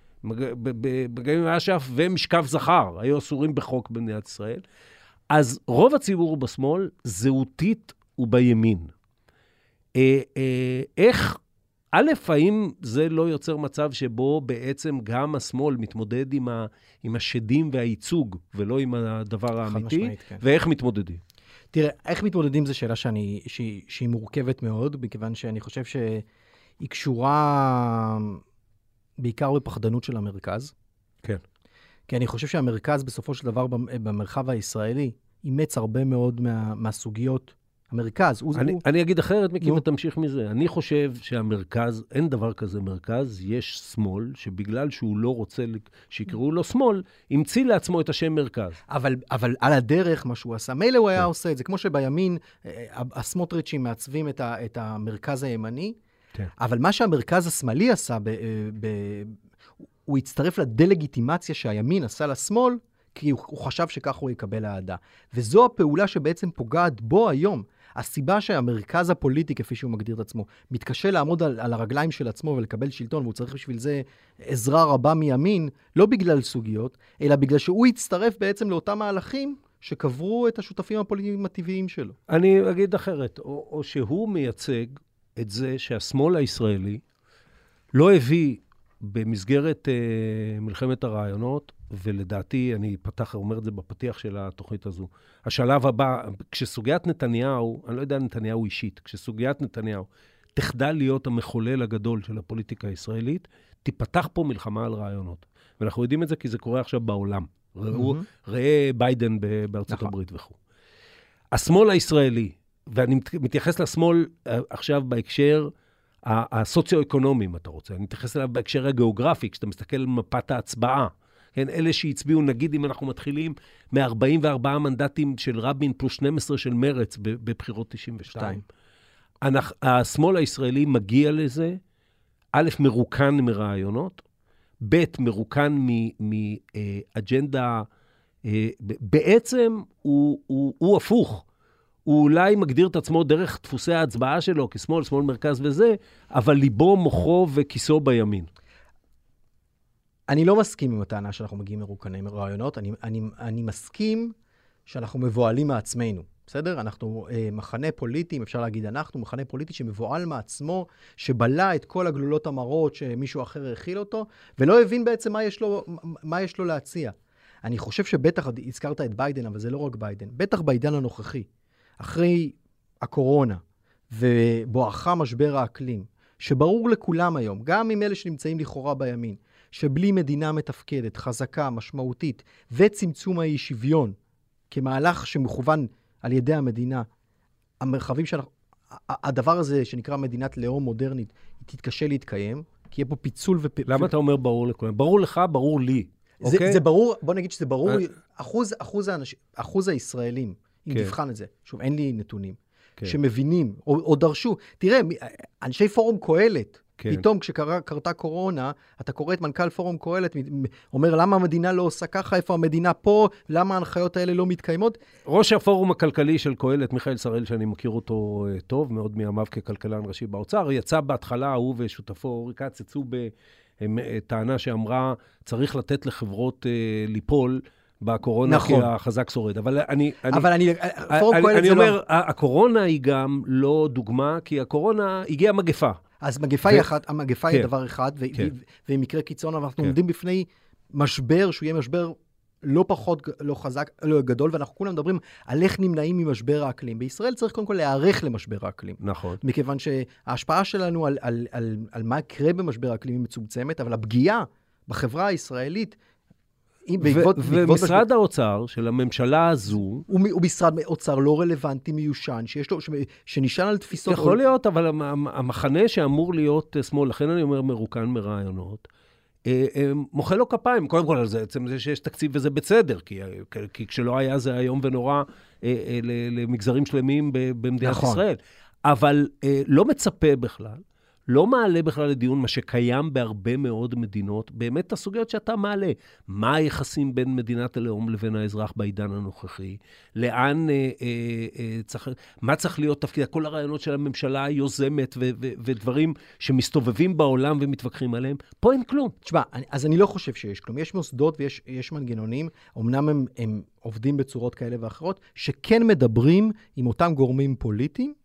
מגעים עם אש"ף ומשכב זכר היו אסורים בחוק במדינת ישראל, אז רוב הציבור הוא בשמאל, זהותית ובימין. אה, אה, איך, א', האם זה לא יוצר מצב שבו בעצם גם השמאל מתמודד עם, ה, עם השדים והייצוג, ולא עם הדבר האמיתי, משמעית, כן. ואיך מתמודדים? תראה, איך מתמודדים זו שאלה שאני, שהיא, שהיא מורכבת מאוד, מכיוון שאני חושב שהיא קשורה בעיקר בפחדנות של המרכז. כן. כי אני חושב שהמרכז בסופו של דבר במרחב הישראלי, אימץ הרבה מאוד מה, מהסוגיות המרכז. אני, הוא... אני אגיד אחרת, מיקי, ותמשיך מזה. אני חושב שהמרכז, אין דבר כזה מרכז, יש שמאל, שבגלל שהוא לא רוצה שיקראו לו שמאל, המציא לעצמו את השם מרכז. אבל, אבל על הדרך, מה שהוא עשה, מילא הוא היה עושה את זה, כמו שבימין, הסמוטריצ'ים מעצבים את, ה, את המרכז הימני, כן. אבל מה שהמרכז השמאלי עשה, ב, ב, הוא הצטרף לדלגיטימציה שהימין עשה לשמאל, כי הוא, הוא חשב שכך הוא יקבל העדה. וזו הפעולה שבעצם פוגעת בו היום. הסיבה שהמרכז הפוליטי, כפי שהוא מגדיר את עצמו, מתקשה לעמוד על, על הרגליים של עצמו ולקבל שלטון, והוא צריך בשביל זה עזרה רבה מימין, לא בגלל סוגיות, אלא בגלל שהוא הצטרף בעצם לאותם מהלכים שקברו את השותפים הפוליטיים הטבעיים שלו. אני אגיד אחרת, או, או שהוא מייצג את זה שהשמאל הישראלי לא הביא במסגרת אה, מלחמת הרעיונות, ולדעתי, אני פתח, אומר את זה בפתיח של התוכנית הזו. השלב הבא, כשסוגיית נתניהו, אני לא יודע נתניהו אישית, כשסוגיית נתניהו תחדל להיות המחולל הגדול של הפוליטיקה הישראלית, תיפתח פה מלחמה על רעיונות. ואנחנו יודעים את זה כי זה קורה עכשיו בעולם. ראו, mm-hmm. ראה ביידן בארצות נכון. הברית וכו'. השמאל הישראלי, ואני מתייחס לשמאל עכשיו בהקשר הסוציו-אקונומי, אם אתה רוצה. אני מתייחס אליו בהקשר הגיאוגרפי, כשאתה מסתכל על מפת ההצבעה. כן, אלה שהצביעו, נגיד אם אנחנו מתחילים מ-ארבעים וארבעה מנדטים של רבין פלוס שנים עשר של מרץ בבחירות תשעים ושתיים. אנחנו, השמאל הישראלי מגיע לזה, א', מרוקן מרעיונות, ב', מרוקן מאג'נדה, בעצם הוא, הוא, הוא הפוך. הוא אולי מגדיר את עצמו דרך דפוסי ההצבעה שלו, כשמאל, שמאל מרכז וזה, אבל ליבו, מוחו וכיסו בימין. אני לא מסכים עם הטענה שאנחנו מגיעים מרוקני רעיונות, אני, אני, אני מסכים שאנחנו מבועלים מעצמנו. בסדר? אנחנו אה, מחנה פוליטי, אם אפשר להגיד אנחנו, מחנה פוליטי שמבועל מעצמו, שבלע את כל הגלולות המרות שמישהו אחר הכיל אותו, ולא הבין בעצם מה יש לו, מה יש לו להציע. אני חושב שבטח, הזכרת את ביידן, אבל זה לא רק ביידן, בטח בעידן הנוכחי, אחרי הקורונה, ובואכה משבר האקלים, שברור לכולם היום, גם עם אלה שנמצאים לכאורה בימין, שבלי מדינה מתפקדת, חזקה, משמעותית, וצמצום האי שוויון, כמהלך שמכוון על ידי המדינה, המרחבים שאנחנו, הדבר הזה שנקרא מדינת לאום מודרנית, היא תתקשה להתקיים, כי יהיה פה פיצול ופ... למה אתה אומר ברור לכולם? ברור לך, ברור לי. זה, אוקיי? זה ברור, בוא נגיד שזה ברור, אחוז, אחוז, האנש, אחוז הישראלים, אם כן. תבחן את זה, שוב, אין לי נתונים, כן. שמבינים, או, או דרשו, תראה, אנשי פורום קהלת, כן. פתאום כשקרתה קורונה, אתה קורא את מנכ"ל פורום קהלת, אומר למה המדינה לא עושה ככה, איפה המדינה פה, למה ההנחיות האלה לא מתקיימות? ראש הפורום הכלכלי של קהלת, מיכאל שראל, שאני מכיר אותו טוב, מאוד מימיו ככלכלן ראשי באוצר, יצא בהתחלה, הוא ושותפו אורי כץ, יצאו בטענה שאמרה, צריך לתת לחברות ליפול, בקורונה, נכון. כי החזק שורד. אבל אני... אבל אני... אני, פורום קהלת אני זה אומר, לא... הקורונה היא גם לא דוגמה, כי הקורונה הגיעה מגפה. אז מגפה ו... היא אחת, המגפה כן. היא דבר אחד, ו... כן. ועם מקרה קיצון, אנחנו כן. עומדים בפני משבר, שהוא יהיה משבר לא פחות, לא חזק, לא גדול, ואנחנו כולם מדברים על איך נמנעים ממשבר האקלים. בישראל צריך קודם כל להיערך למשבר האקלים. נכון. מכיוון שההשפעה שלנו על, על, על, על מה יקרה במשבר האקלים היא מצומצמת, אבל הפגיעה בחברה הישראלית, בעקבות, ומשרד משבר... האוצר של הממשלה הזו... הוא, הוא משרד אוצר לא רלוונטי מיושן, שיש לו, ש, שנשען על תפיסות... יכול או... להיות, אבל המחנה שאמור להיות שמאל, לכן אני אומר מרוקן מרעיונות, מוחא לו כפיים, קודם כל על זה, עצם זה שיש תקציב וזה בסדר, כי, כי כשלא היה זה היום ונורא למגזרים שלמים במדינת נכון. ישראל. אבל לא מצפה בכלל, לא מעלה בכלל לדיון מה שקיים בהרבה מאוד מדינות, באמת הסוגיות שאתה מעלה. מה היחסים בין מדינת הלאום לבין האזרח בעידן הנוכחי? לאן, אה, אה, צריך, מה צריך להיות תפקיד? כל הרעיונות של הממשלה היוזמת ו- ו- ודברים שמסתובבים בעולם ומתווכחים עליהם, פה אין כלום. תשמע, אני, אז אני לא חושב שיש כלום. יש מוסדות ויש יש מנגנונים, אמנם הם, הם עובדים בצורות כאלה ואחרות, שכן מדברים עם אותם גורמים פוליטיים,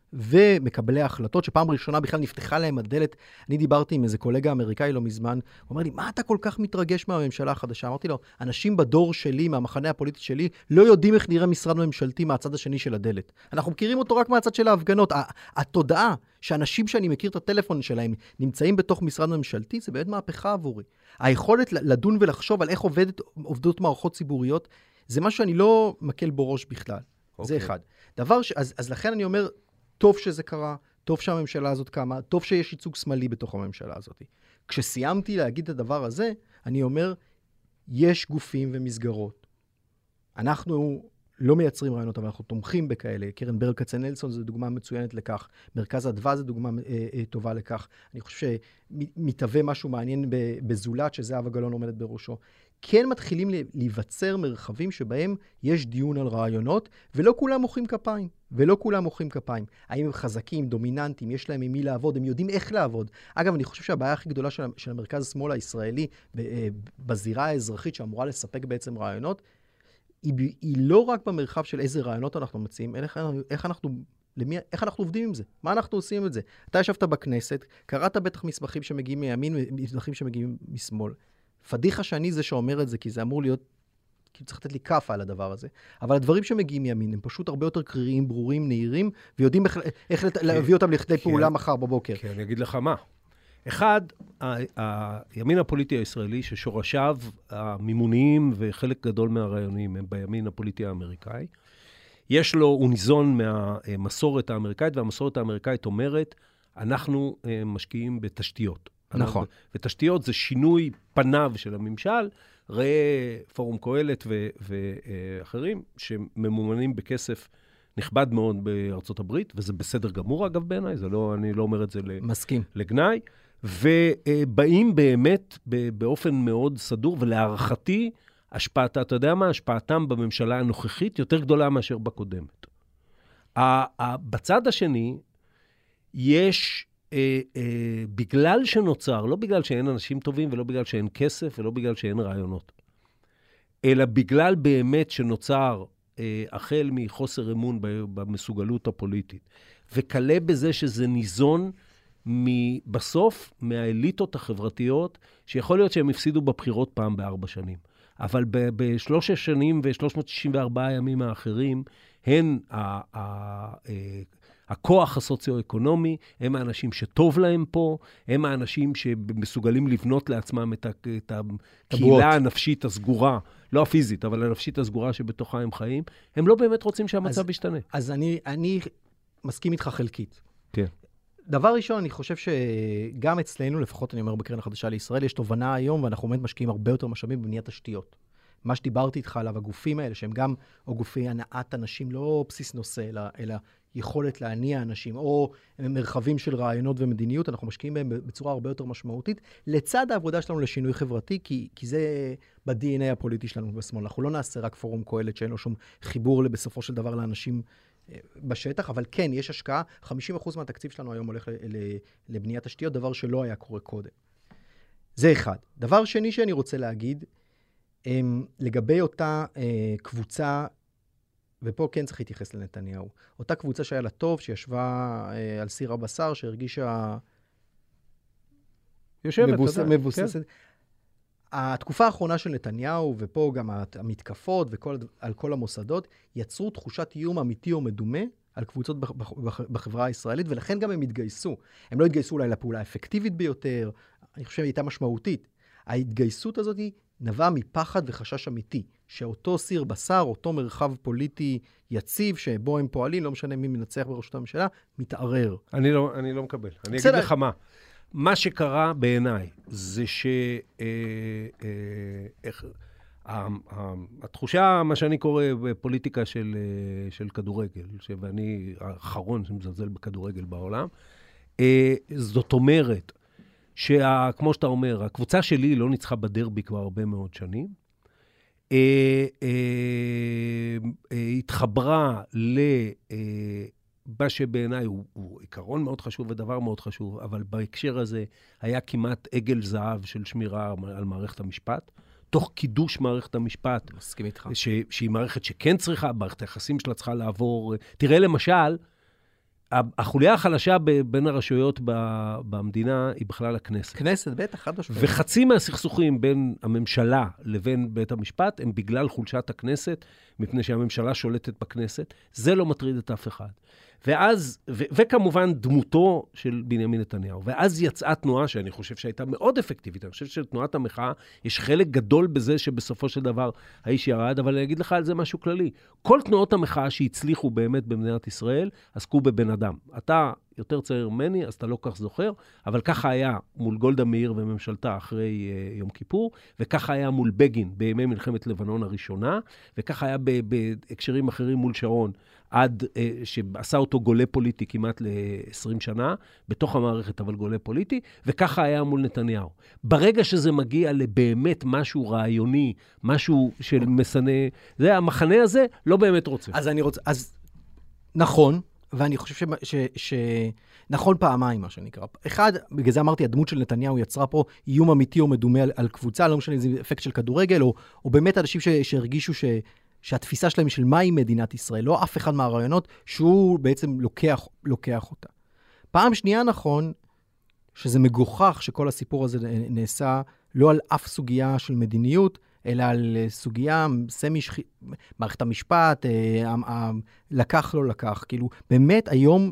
ומקבלי ההחלטות, שפעם ראשונה בכלל נפתחה להם הדלת. אני דיברתי עם איזה קולגה אמריקאי לא מזמן, הוא אומר לי, מה אתה כל כך מתרגש מהממשלה החדשה? אמרתי לו, אנשים בדור שלי, מהמחנה הפוליטי שלי, לא יודעים איך נראה משרד ממשלתי מהצד השני של הדלת. אנחנו מכירים אותו רק מהצד של ההפגנות. התודעה שאנשים שאני מכיר את הטלפון שלהם נמצאים בתוך משרד ממשלתי, זה באמת מהפכה עבורי. היכולת לדון ולחשוב על איך עובדת, עובדות מערכות ציבוריות, זה משהו שאני לא מקל בו ראש בכלל. Okay. זה אחד. דבר ש... אז, אז לכן אני אומר, טוב שזה קרה, טוב שהממשלה הזאת קמה, טוב שיש ייצוג שמאלי בתוך הממשלה הזאת. כשסיימתי להגיד את הדבר הזה, אני אומר, יש גופים ומסגרות. אנחנו לא מייצרים רעיונות, אבל אנחנו תומכים בכאלה. קרן ברל כצנלסון זו דוגמה מצוינת לכך. מרכז אדווה זו דוגמה אה, אה, טובה לכך. אני חושב שמתהווה משהו מעניין בזולת, שזהבה גלאון עומדת בראשו. כן מתחילים להיווצר מרחבים שבהם יש דיון על רעיונות, ולא כולם מוחאים כפיים. ולא כולם מוחאים כפיים. האם הם חזקים, דומיננטיים, יש להם עם מי לעבוד, הם יודעים איך לעבוד. אגב, אני חושב שהבעיה הכי גדולה של, של המרכז השמאל הישראלי, בזירה האזרחית שאמורה לספק בעצם רעיונות, היא, היא לא רק במרחב של איזה רעיונות אנחנו מציעים, אלא איך, איך, אנחנו, למי, איך אנחנו עובדים עם זה. מה אנחנו עושים עם זה? אתה ישבת בכנסת, קראת בטח מסמכים שמגיעים מימין, מסמכים שמגיעים משמאל. פדיחה שאני זה שאומר את זה, כי זה אמור להיות, כי צריך לתת לי כפה על הדבר הזה. אבל הדברים שמגיעים מימין, הם פשוט הרבה יותר קריריים, ברורים, נהירים, ויודעים איך, איך כי, להביא אותם לכדי פעולה מחר בבוקר. כן, אני אגיד לך מה. אחד, הימין הפוליטי הישראלי, ששורשיו המימוניים וחלק גדול מהרעיונים הם בימין הפוליטי האמריקאי, יש לו, הוא ניזון מהמסורת האמריקאית, והמסורת האמריקאית אומרת, אנחנו משקיעים בתשתיות. נכון. ותשתיות זה שינוי פניו של הממשל, ראה פורום קהלת ו- ואחרים, שממומנים בכסף נכבד מאוד בארצות הברית, וזה בסדר גמור אגב בעיניי, זה לא, אני לא אומר את זה מסכים. לגנאי, ובאים באמת באופן מאוד סדור, ולהערכתי, השפעתה, אתה יודע מה? השפעתם בממשלה הנוכחית יותר גדולה מאשר בקודמת. בצד השני, יש... אה, אה, בגלל שנוצר, לא בגלל שאין אנשים טובים, ולא בגלל שאין כסף, ולא בגלל שאין רעיונות, אלא בגלל באמת שנוצר אה, החל מחוסר אמון במסוגלות הפוליטית, וקלה בזה שזה ניזון בסוף מהאליטות החברתיות, שיכול להיות שהם הפסידו בבחירות פעם בארבע שנים. אבל בשלוש השנים ו-שלוש מאות שישים וארבעה הימים האחרים, הן ה- ה- הכוח הסוציו-אקונומי, הם האנשים שטוב להם פה, הם האנשים שמסוגלים לבנות לעצמם את, ה- את הקהילה הנפשית הסגורה, לא הפיזית, אבל הנפשית הסגורה שבתוכה הם חיים, הם לא באמת רוצים שהמצב אז, ישתנה. אז אני, אני מסכים איתך חלקית. כן. דבר ראשון, אני חושב שגם אצלנו, לפחות אני אומר בקרן החדשה לישראל, יש תובנה היום, ואנחנו באמת משקיעים הרבה יותר משאבים בבניית תשתיות. מה שדיברתי איתך עליו, הגופים האלה, שהם גם או גופי הנעת אנשים, לא בסיס נושא, אלא, אלא יכולת להניע אנשים, או מרחבים של רעיונות ומדיניות, אנחנו משקיעים בהם בצורה הרבה יותר משמעותית, לצד העבודה שלנו לשינוי חברתי, כי, כי זה ב-די אן איי הפוליטי שלנו בשמאל. אנחנו לא נעשה רק פורום קהלת, שאין לו שום חיבור בסופו של דבר לאנשים בשטח, אבל כן, יש השקעה, חמישים אחוז מהתקציב שלנו היום הולך לבניית תשתיות, דבר שלא היה קורה קודם. זה אחד. דבר שני שאני רוצה להגיד, לגבי אותה קבוצה, ופה כן צריך להתייחס לנתניהו, אותה קבוצה שהיה לה טוב, שישבה על סיר הבשר, שהרגישה יושבת, מבוססת. התקופה האחרונה של נתניהו, ופה גם המתקפות ועל כל המוסדות, יצרו תחושת איום אמיתי או מדומה על קבוצות בחברה הישראלית, ולכן גם הם התגייסו. הם לא התגייסו אולי לפעולה האפקטיבית ביותר, אני חושב שהיא הייתה משמעותית. ההתגייסות הזאת נבעה מפחד וחשש אמיתי, שאותו סיר בשר, אותו מרחב פוליטי יציב, שבו הם פועלים, לא משנה מי מנצח בראשות הממשלה, מתערער. אני לא, אני לא מקבל. אני אגיד לך מה. מה שקרה בעיניי זה ש... אה, אה, התחושה, מה שאני קורא בפוליטיקה של, של כדורגל, ואני האחרון שמזלזל בכדורגל בעולם, אה, זאת אומרת, שכמו שאתה אומר, הקבוצה שלי לא ניצחה בדרבי כבר הרבה מאוד שנים, אה, אה, אה, התחברה ל... אה, מה שבעיניי הוא, הוא עיקרון מאוד חשוב ודבר מאוד חשוב, אבל בהקשר הזה היה כמעט עגל זהב של שמירה על מערכת המשפט, תוך קידוש מערכת המשפט. מסכים איתך. ש, שהיא מערכת שכן צריכה, מערכת היחסים שלה צריכה לעבור. תראה למשל, החוליה החלשה בין הרשויות במדינה היא בכלל הכנסת. כנסת, בטח, חד משמעית. וחצי מהסכסוכים בין הממשלה לבין בית המשפט הם בגלל חולשת הכנסת, מפני שהממשלה שולטת בכנסת. זה לא מטריד את אף אחד. ואז, ו- וכמובן דמותו של בנימין נתניהו. ואז יצאה תנועה שאני חושב שהייתה מאוד אפקטיבית. אני חושב שלתנועת המחאה יש חלק גדול בזה שבסופו של דבר האיש ירד, אבל אני אגיד לך על זה משהו כללי. כל תנועות המחאה שהצליחו באמת במדינת ישראל, עסקו בבן אדם. אתה יותר צעיר ממני, אז אתה לא כך זוכר, אבל ככה היה מול גולדה מאיר וממשלתה אחרי uh, יום כיפור, וככה היה מול בגין בימי מלחמת לבנון הראשונה, וככה היה בהקשרים אחרים מול שרון, עד uh, שעשה אותו גולה פוליטי כמעט ל-עשרים שנה, בתוך המערכת אבל גולה פוליטי, וככה היה מול נתניהו. ברגע שזה מגיע לבאמת משהו רעיוני, משהו של מסנה, זה המחנה הזה לא באמת רוצה. אז אני רוצה, אז נכון, ואני חושב ש... ש, ש נכון פעמיים, מה שנקרא. אחד, בגלל זה אמרתי, הדמות של נתניהו יצרה פה איום אמיתי או מדומה על, על קבוצה, לא משנה אם זה אפקט של כדורגל, או, או באמת אנשים ש, שהרגישו ש, שהתפיסה שלהם של מהי מדינת ישראל, לא אף אחד מהרעיונות, שהוא בעצם לוקח, לוקח אותה. פעם שנייה נכון, שזה מגוחך שכל הסיפור הזה נעשה לא על אף סוגיה של מדיניות, אלא על סוגיה סמי שכ... מערכת המשפט, אה, אה, לקח לא לקח. כאילו, באמת היום,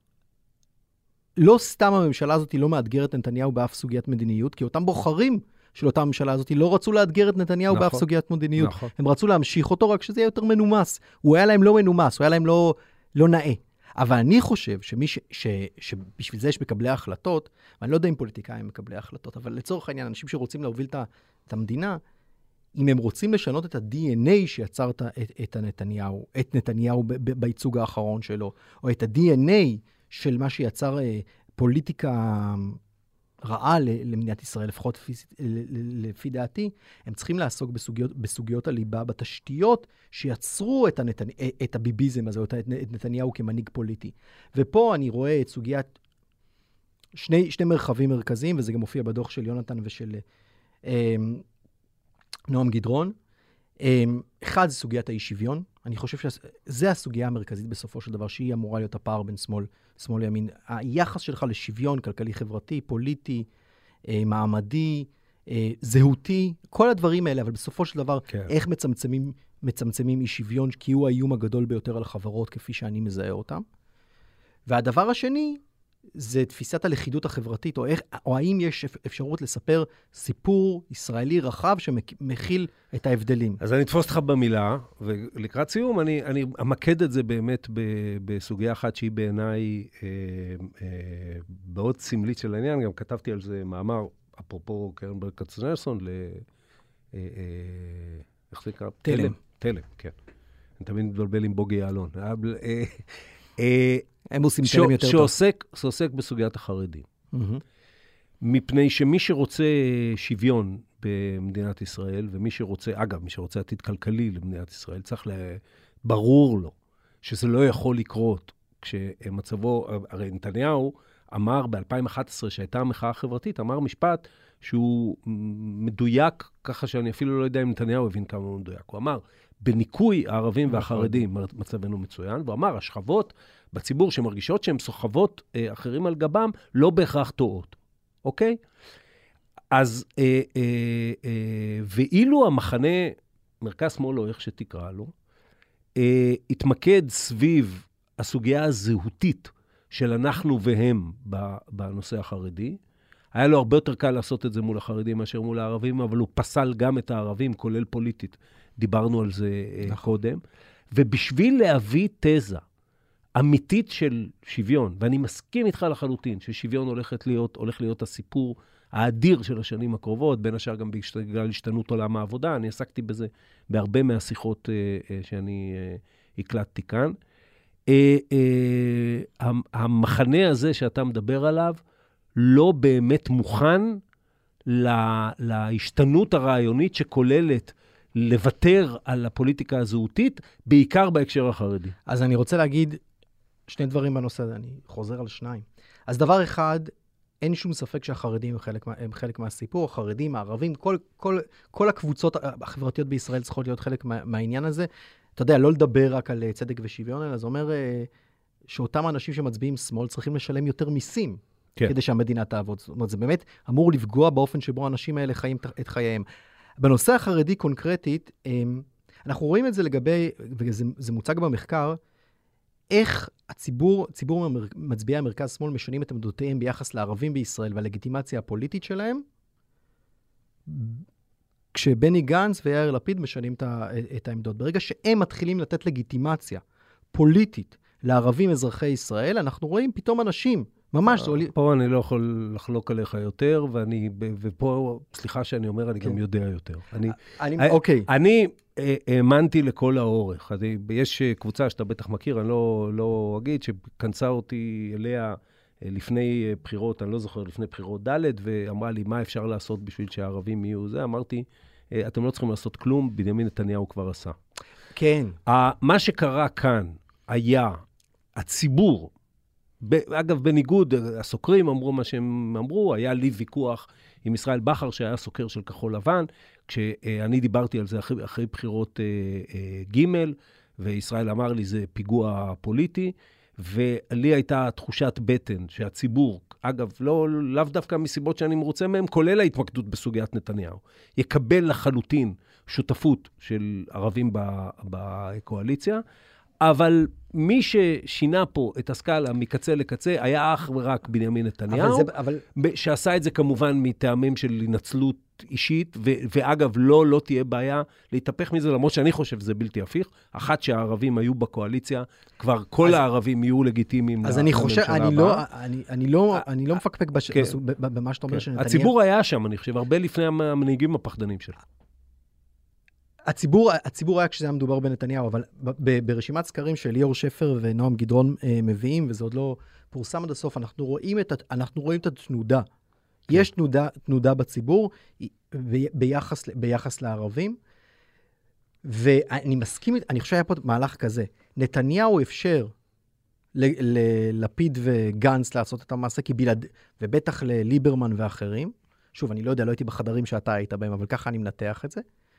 לא סתם הממשלה הזאת לא מאתגרת נתניהו באף סוגיית מדיניות, כי אותם בוחרים של אותה הממשלה הזאת לא רצו לאתגר את נתניהו נכון, באף סוגיית מדיניות. נכון. הם רצו להמשיך אותו, רק שזה יהיה יותר מנומס. הוא היה להם לא מנומס, הוא היה להם לא, לא נאה. אבל אני חושב שמי ש, ש, שבשביל זה יש מקבלי ההחלטות, ואני לא יודע אם פוליטיקאים מקבלי ההחלטות, אבל לצורך העניין, אנשים שרוצים להוביל את, את המדינה, אם הם רוצים לשנות את ה-די אן איי שיצר את, את, את נתניהו, את נתניהו ב, ב, בייצוג האחרון שלו, או את ה-די אן איי של מה שיצר אה, פוליטיקה רעה למדינת ישראל, לפחות לפי, לפי דעתי, הם צריכים לעסוק בסוגיות, בסוגיות הליבה, בתשתיות שיצרו את, הנתנ... את הביביזם הזה, או את נתניהו כמנהיג פוליטי. ופה אני רואה את סוגיית שני, שני מרחבים מרכזיים, וזה גם מופיע בדוח של יונתן ושל אה, נועם גדרון. אחד זה סוגיית האי שוויון. אני חושב שזה הסוגיה המרכזית בסופו של דבר, שהיא אמורה להיות הפער בין שמאל, שמאל לימין. היחס שלך לשוויון כלכלי, חברתי, פוליטי, מעמדי, זהותי, כל הדברים האלה, אבל בסופו של דבר, כן. איך מצמצמים, מצמצמים אי שוויון, כי הוא האיום הגדול ביותר על החברות, כפי שאני מזהה אותם. והדבר השני, זה תפיסת הלכידות החברתית, או, איך, או האם יש אפשרות לספר סיפור ישראלי רחב שמכיל את ההבדלים. אז אני אתפוס אותך במילה, ולקראת סיום, אני, אני אמקד את זה באמת ב, בסוגיה אחת שהיא בעיניי אה, אה, מאוד סמלית של העניין, גם כתבתי על זה מאמר, אפרופו קרן ברל כצנלסון, ל... אה, אה, איך זה נקרא? תלם. תלם, כן. אני תמיד מתבלבל עם בוגי יעלון. אה, אה, הם עושים תלם יותר טוב. שעוסק בסוגיית החרדים. מפני שמי שרוצה שוויון במדינת ישראל, ומי שרוצה, אגב, מי שרוצה עתיד כלכלי למדינת ישראל, צריך ברור לו שזה לא יכול לקרות כשמצבו, הרי נתניהו אמר ב-אלפיים ואחת עשרה שהייתה המחאה החברתית, אמר משפט שהוא מדויק, ככה שאני אפילו לא יודע אם נתניהו הבין כמה הוא מדויק. הוא אמר, בניקוי הערבים והחרדים מצבנו מצוין, והוא אמר, השכבות בציבור שמרגישות שהן סוחבות אה, אחרים על גבם, לא בהכרח טועות, אוקיי? אז, אה, אה, אה, ואילו המחנה, מרכז שמאל או איך שתקרא לו, אה, התמקד סביב הסוגיה הזהותית של אנחנו והם בנושא החרדי, היה לו הרבה יותר קל לעשות את זה מול החרדים מאשר מול הערבים, אבל הוא פסל גם את הערבים, כולל פוליטית. דיברנו על זה נכון. קודם. ובשביל להביא תזה אמיתית של שוויון, ואני מסכים איתך לחלוטין, ששוויון הולכת להיות, הולך להיות הסיפור האדיר של השנים הקרובות, בין השאר גם בגלל השתנות עולם העבודה, אני עסקתי בזה בהרבה מהשיחות אה, אה, שאני אה, הקלטתי כאן. אה, אה, המחנה הזה שאתה מדבר עליו, לא באמת מוכן לה, להשתנות הרעיונית שכוללת לוותר על הפוליטיקה הזהותית, בעיקר בהקשר החרדי. אז אני רוצה להגיד שני דברים בנושא הזה, אני חוזר על שניים. אז דבר אחד, אין שום ספק שהחרדים הם חלק, הם חלק מהסיפור, החרדים, הערבים, כל, כל, כל הקבוצות החברתיות בישראל צריכות להיות חלק מה, מהעניין הזה. אתה יודע, לא לדבר רק על צדק ושוויון, אלא זה אומר שאותם אנשים שמצביעים שמאל צריכים לשלם יותר מיסים, כן. כדי שהמדינה תעבוד. זאת אומרת, זה באמת אמור לפגוע באופן שבו האנשים האלה חיים את חייהם. בנושא החרדי קונקרטית, אנחנו רואים את זה לגבי, וזה מוצג במחקר, איך הציבור, ציבור מצביעי המרכז שמאל משנים את עמדותיהם ביחס לערבים בישראל והלגיטימציה הפוליטית שלהם, כשבני גנץ ויאיר לפיד משנים את העמדות. ברגע שהם מתחילים לתת לגיטימציה פוליטית לערבים אזרחי ישראל, אנחנו רואים פתאום אנשים, ממש... פה אני לא יכול לחלוק עליך יותר, ואני, ופה, סליחה שאני אומר, אני גם יודע יותר. אני, אוקיי. אני האמנתי לכל האורך. יש קבוצה שאתה בטח מכיר, אני לא אגיד, שכנסה אותי אליה לפני בחירות, אני לא זוכר, לפני בחירות ד' ואמרה לי, מה אפשר לעשות בשביל שהערבים יהיו זה? אמרתי, אתם לא צריכים לעשות כלום, בנימין נתניהו כבר עשה. כן. מה שקרה כאן היה הציבור, אגב, בניגוד, הסוקרים אמרו מה שהם אמרו, היה לי ויכוח עם ישראל בחר, שהיה סוקר של כחול לבן, כשאני דיברתי על זה אחרי, אחרי בחירות אה, אה, ג' וישראל אמר לי, זה פיגוע פוליטי, ולי הייתה תחושת בטן שהציבור, אגב, לא, לאו דווקא מסיבות שאני מרוצה מהם, כולל ההתמקדות בסוגיית נתניהו, יקבל לחלוטין שותפות של ערבים בקואליציה, אבל מי ששינה פה את הסקאלה מקצה לקצה, היה אך ורק בנימין נתניהו, אבל זה, אבל... שעשה את זה כמובן מטעמים של הנצלות אישית, ו- ואגב, לא, לא תהיה בעיה להתהפך מזה, למרות שאני חושב שזה בלתי הפיך. אחת שהערבים היו בקואליציה, כבר כל אז, הערבים יהיו לגיטימיים אז אני חושב, אני לא, אני, אני לא, אני לא מפקפק בש... כן. בסוג, במה שאתה אומר כן. שנתניהו... הציבור היה שם, אני חושב, הרבה לפני המנהיגים הפחדנים שלו. הציבור, הציבור היה כשזה היה מדובר בנתניהו, אבל ב- ברשימת סקרים של ליאור שפר ונועם גדרון אה, מביאים, וזה עוד לא פורסם עד הסוף, אנחנו רואים את, אנחנו רואים את התנודה. כן. יש תנודה, תנודה בציבור ביחס, ביחס לערבים, ואני מסכים, אני חושב שהיה פה מהלך כזה. נתניהו אפשר ללפיד וגנץ לעשות את המעשה, כי בלעד, ובטח לליברמן ואחרים, שוב, אני לא יודע, לא הייתי בחדרים שאתה היית בהם, אבל ככה אני מנתח את זה.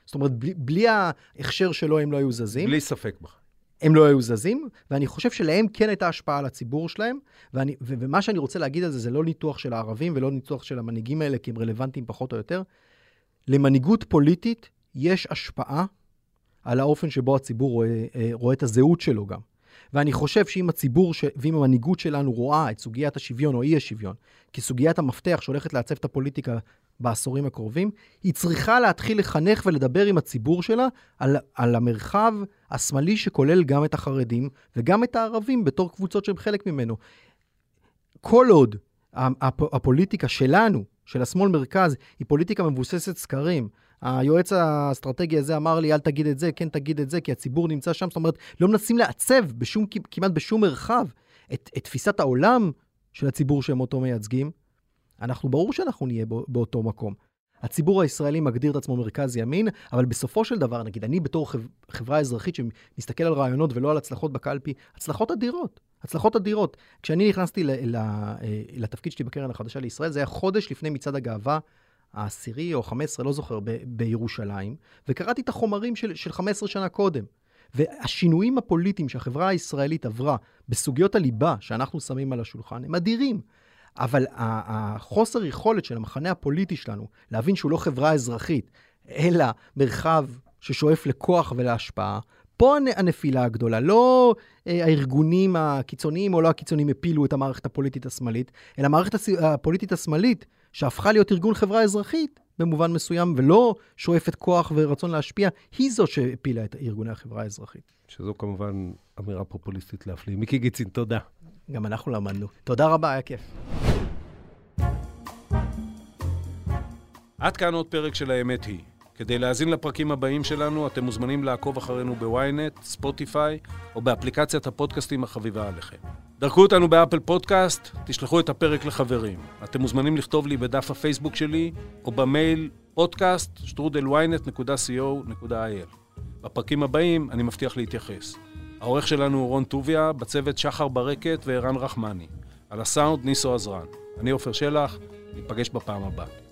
זאת אומרת, בלי, בלי ההכשר שלו הם לא היו זזים. בלי ספק בך. הם לא היו זזים, ואני חושב שלהם כן הייתה השפעה על הציבור שלהם, ואני, ו- ומה שאני רוצה להגיד על זה, זה לא ניתוח של הערבים ולא ניתוח של המנהיגים האלה, כי הם רלוונטיים פחות או יותר. למנהיגות פוליטית יש השפעה על האופן שבו הציבור רואה, רואה את הזהות שלו גם. ואני חושב שאם הציבור ש... ואם המנהיגות שלנו רואה את סוגיית השוויון או אי השוויון, כסוגיית המפתח שהולכת לעצב את הפוליטיקה בעשורים הקרובים, היא צריכה להתחיל לחנך ולדבר עם הציבור שלה על, על המרחב השמאלי שכולל גם את החרדים וגם את הערבים בתור קבוצות שהם חלק ממנו. כל עוד הפ... הפוליטיקה שלנו, של השמאל מרכז, היא פוליטיקה מבוססת סקרים, היועץ האסטרטגי הזה אמר לי, אל תגיד את זה, כן תגיד את זה, כי הציבור נמצא שם, זאת אומרת, לא מנסים לעצב בשום, כמעט בשום מרחב את, את תפיסת העולם של הציבור שהם אותו מייצגים. אנחנו ברור שאנחנו נהיה באותו מקום. הציבור הישראלי מגדיר את עצמו מרכז ימין, אבל בסופו של דבר, נגיד, אני בתור חברה אזרחית שמסתכל על רעיונות ולא על הצלחות בקלפי, הצלחות אדירות, הצלחות אדירות. כשאני נכנסתי לתפקיד שלי בקרן החדשה לישראל, זה היה חודש לפני מצעד הגאווה, העשירי או חמש עשרה, לא זוכר, ב- בירושלים, וקראתי את החומרים של, של חמש עשרה שנה קודם. והשינויים הפוליטיים שהחברה הישראלית עברה בסוגיות הליבה שאנחנו שמים על השולחן, הם אדירים. אבל החוסר יכולת של המחנה הפוליטי שלנו להבין שהוא לא חברה אזרחית, אלא מרחב ששואף לכוח ולהשפעה, פה הנפילה הגדולה. לא אה, הארגונים הקיצוניים או לא הקיצוניים הפילו את המערכת הפוליטית השמאלית, אלא המערכת הפוליטית השמאלית שהפכה להיות ארגון חברה אזרחית במובן מסוים, ולא שואפת כוח ורצון להשפיע, היא זו שהפילה את ארגוני החברה האזרחית. שזו כמובן אמירה פופוליסטית להפליא. מיקי גיצין, תודה. גם אנחנו למדנו. תודה רבה, היה כיף. עד כאן עוד פרק של האמת היא. כדי להאזין לפרקים הבאים שלנו, אתם מוזמנים לעקוב אחרינו בוויינט, ספוטיפיי, או באפליקציית הפודקאסטים החביבה עליכם. דרכו אותנו באפל פודקאסט, תשלחו את הפרק לחברים. אתם מוזמנים לכתוב לי בדף הפייסבוק שלי, או במייל פודקאסט שטרודל וויינט נקודה סי או נקודה איי אל. בפרקים הבאים אני מבטיח להתייחס. העורך שלנו הוא רון טוביה, בצוות שחר ברקת וערן רחמני. על הסאונד ניסו עזרן. אני עופר שלח, ניפגש בפעם הבאה.